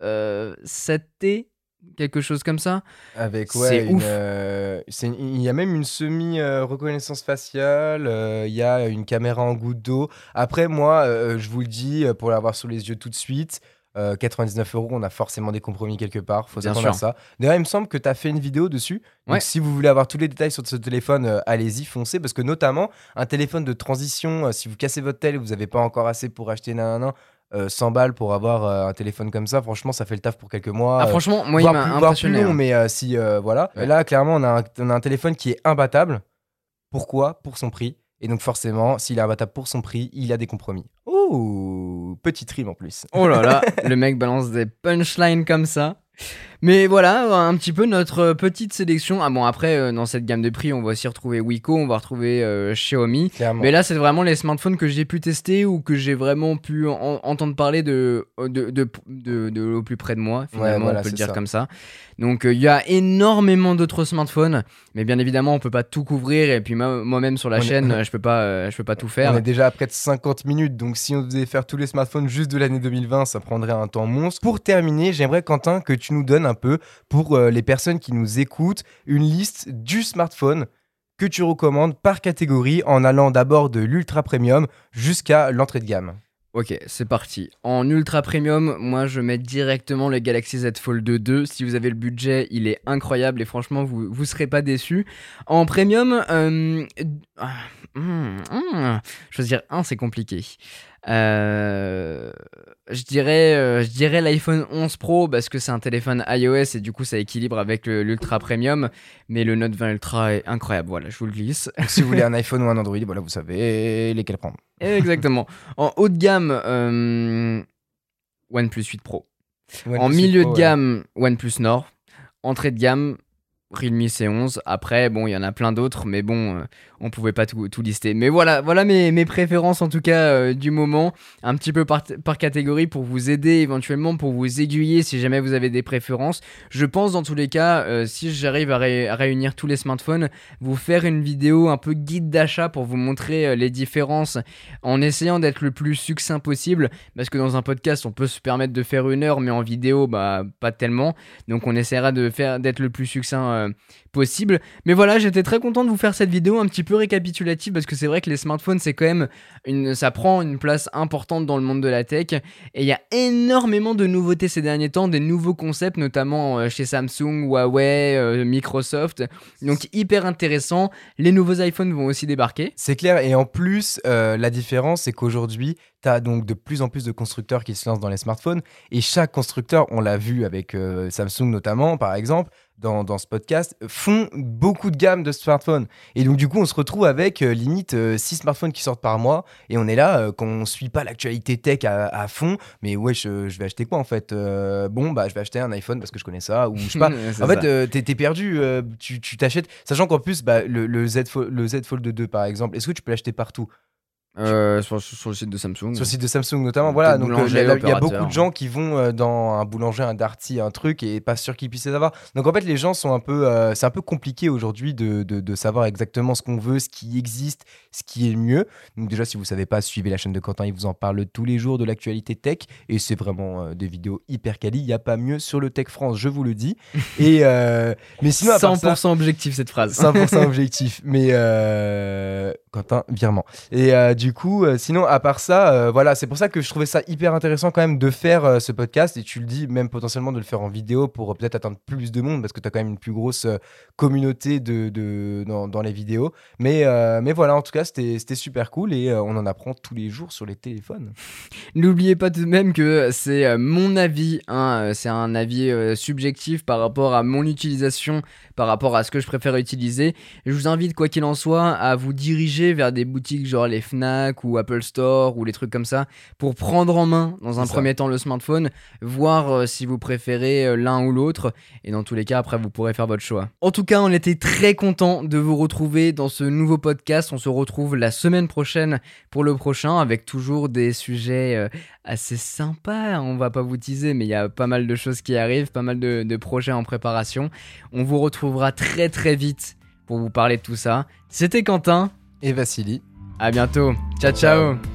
[SPEAKER 1] 7T. Quelque chose comme ça.
[SPEAKER 2] Avec
[SPEAKER 1] c'est ouf.
[SPEAKER 2] Il y a même une semi-reconnaissance faciale, il y a une caméra en goutte d'eau. Après, moi, je vous le dis, pour l'avoir sous les yeux tout de suite, 99 euros, on a forcément des compromis quelque part. Faut s'attendre à ça. D'ailleurs, il me semble que tu as fait une vidéo dessus. Donc, si vous voulez avoir tous les détails sur ce téléphone, allez-y, foncez. Parce que, notamment, un téléphone de transition, si vous cassez votre tel, vous n'avez pas encore assez pour acheter 100 balles pour avoir un téléphone comme ça, franchement, ça fait le taf pour quelques mois.
[SPEAKER 1] Franchement, moi, il m'a impressionné.
[SPEAKER 2] Plus long, mais voilà. Ouais. Là, clairement, on a un téléphone qui est imbattable. Pourquoi? Pour son prix. Et donc, forcément, s'il est imbattable pour son prix, il a des compromis. Oh, petite rime en plus.
[SPEAKER 1] Oh là là, le mec balance des punchlines comme ça. Mais voilà, un petit peu notre petite sélection. Après, dans cette gamme de prix, on va aussi retrouver Wiko, on va retrouver Xiaomi.
[SPEAKER 2] Clairement.
[SPEAKER 1] Mais là, c'est vraiment les smartphones que j'ai pu tester ou que j'ai vraiment pu entendre parler de au plus près de moi, finalement, on peut le dire comme ça. Donc, il y a énormément d'autres smartphones, mais bien évidemment, on peut pas tout couvrir. Et puis, moi-même sur la chaîne, je peux pas tout faire.
[SPEAKER 2] On est déjà à près de 50 minutes, donc si on devait faire tous les smartphones juste de l'année 2020, ça prendrait un temps monstre. Pour terminer, j'aimerais, Quentin, que tu nous donnes un peu, pour les personnes qui nous écoutent, une liste du smartphone que tu recommandes par catégorie en allant d'abord de l'ultra premium jusqu'à l'entrée de gamme.
[SPEAKER 1] Ok, c'est parti. En ultra premium, moi je mets directement le Galaxy Z Fold 2. Si vous avez le budget, il est incroyable et franchement, vous serez pas déçus. En premium, choisir un, c'est compliqué. Je dirais l'iPhone 11 Pro parce que c'est un téléphone iOS et du coup ça équilibre avec l'ultra premium, mais le Note 20 Ultra est incroyable, voilà, je vous le glisse.
[SPEAKER 2] Donc, si vous voulez un iPhone ou un Android, voilà, vous savez lesquels prendre.
[SPEAKER 1] Exactement. En haut de gamme, OnePlus 8 Pro.
[SPEAKER 2] OnePlus
[SPEAKER 1] En milieu
[SPEAKER 2] 8 Pro,
[SPEAKER 1] de gamme, OnePlus Nord. Entrée de gamme, Realme C11. Après, bon, il y en a plein d'autres, mais bon, on pouvait pas tout lister. Mais voilà mes préférences en tout cas du moment, un petit peu par catégorie pour vous aider éventuellement, pour vous aiguiller si jamais vous avez des préférences. Je pense dans tous les cas, si j'arrive à réunir tous les smartphones, vous faire une vidéo un peu guide d'achat pour vous montrer les différences en essayant d'être le plus succinct possible, parce que dans un podcast on peut se permettre de faire 1 heure, mais en vidéo bah pas tellement, donc on essaiera d'être le plus succinct possible. Mais voilà, j'étais très content de vous faire cette vidéo un petit peu récapitulative parce que c'est vrai que les smartphones c'est quand même ça prend une place importante dans le monde de la tech et il y a énormément de nouveautés ces derniers temps, des nouveaux concepts notamment chez Samsung, Huawei, Microsoft, donc hyper intéressant. Les nouveaux iPhones vont aussi débarquer.
[SPEAKER 2] C'est clair, et en plus la différence c'est qu'aujourd'hui tu as donc de plus en plus de constructeurs qui se lancent dans les smartphones et chaque constructeur, on l'a vu avec Samsung notamment par exemple dans ce podcast, font beaucoup de gammes de smartphones. Et donc, du coup, on se retrouve avec limite 6 smartphones qui sortent par mois. Et on est là, quand on ne suit pas l'actualité tech à fond. Mais ouais, je vais acheter quoi en fait je vais acheter un iPhone parce que je connais ça. Ou je sais pas. En fait, t'es perdu. Tu t'achètes. Sachant qu'en plus, le Z Fold 2 par exemple, est-ce que tu peux l'acheter partout ?
[SPEAKER 1] Sur le site de Samsung.
[SPEAKER 2] Sur le site de Samsung notamment, voilà. Donc il y a beaucoup de gens
[SPEAKER 1] hein.
[SPEAKER 2] qui vont dans un boulanger, un Darty, un truc et pas sûr qu'ils puissent les avoir. Donc en fait, les gens sont c'est un peu compliqué aujourd'hui de savoir exactement ce qu'on veut, ce qui existe, ce qui est le mieux. Donc déjà, si vous savez pas, suivez la chaîne de Quentin, il vous en parle tous les jours de l'actualité tech et c'est vraiment des vidéos hyper quali. Il y a pas mieux sur le Tech France, je vous le dis. Et mais sinon, à part
[SPEAKER 1] 100%
[SPEAKER 2] ça,
[SPEAKER 1] objectif cette phrase.
[SPEAKER 2] 100% objectif. Mais Quentin, virement. Et du coup, sinon, à part ça, voilà, c'est pour ça que je trouvais ça hyper intéressant quand même de faire ce podcast. Et tu le dis, même potentiellement de le faire en vidéo pour peut-être atteindre plus de monde parce que tu as quand même une plus grosse communauté dans les vidéos. Mais voilà, en tout cas, c'était super cool et on en apprend tous les jours sur les téléphones.
[SPEAKER 1] N'oubliez pas tout de même que c'est mon avis, hein, c'est un avis subjectif par rapport à mon utilisation, par rapport à ce que je préfère utiliser. Je vous invite, quoi qu'il en soit, à vous diriger vers des boutiques genre les Fnac ou Apple Store ou les trucs comme ça pour prendre en main dans un premier temps le smartphone, voir si vous préférez l'un ou l'autre et dans tous les cas après vous pourrez faire votre choix. En tout cas, on était très content de vous retrouver dans ce nouveau podcast. On se retrouve la semaine prochaine pour le prochain avec toujours des sujets assez sympas. On va pas vous teaser, mais il y a pas mal de choses qui arrivent, pas mal de projets en préparation. On vous retrouvera très très vite pour vous parler de tout ça. C'était Quentin
[SPEAKER 2] et Vassili.
[SPEAKER 1] À bientôt. Ciao, ciao.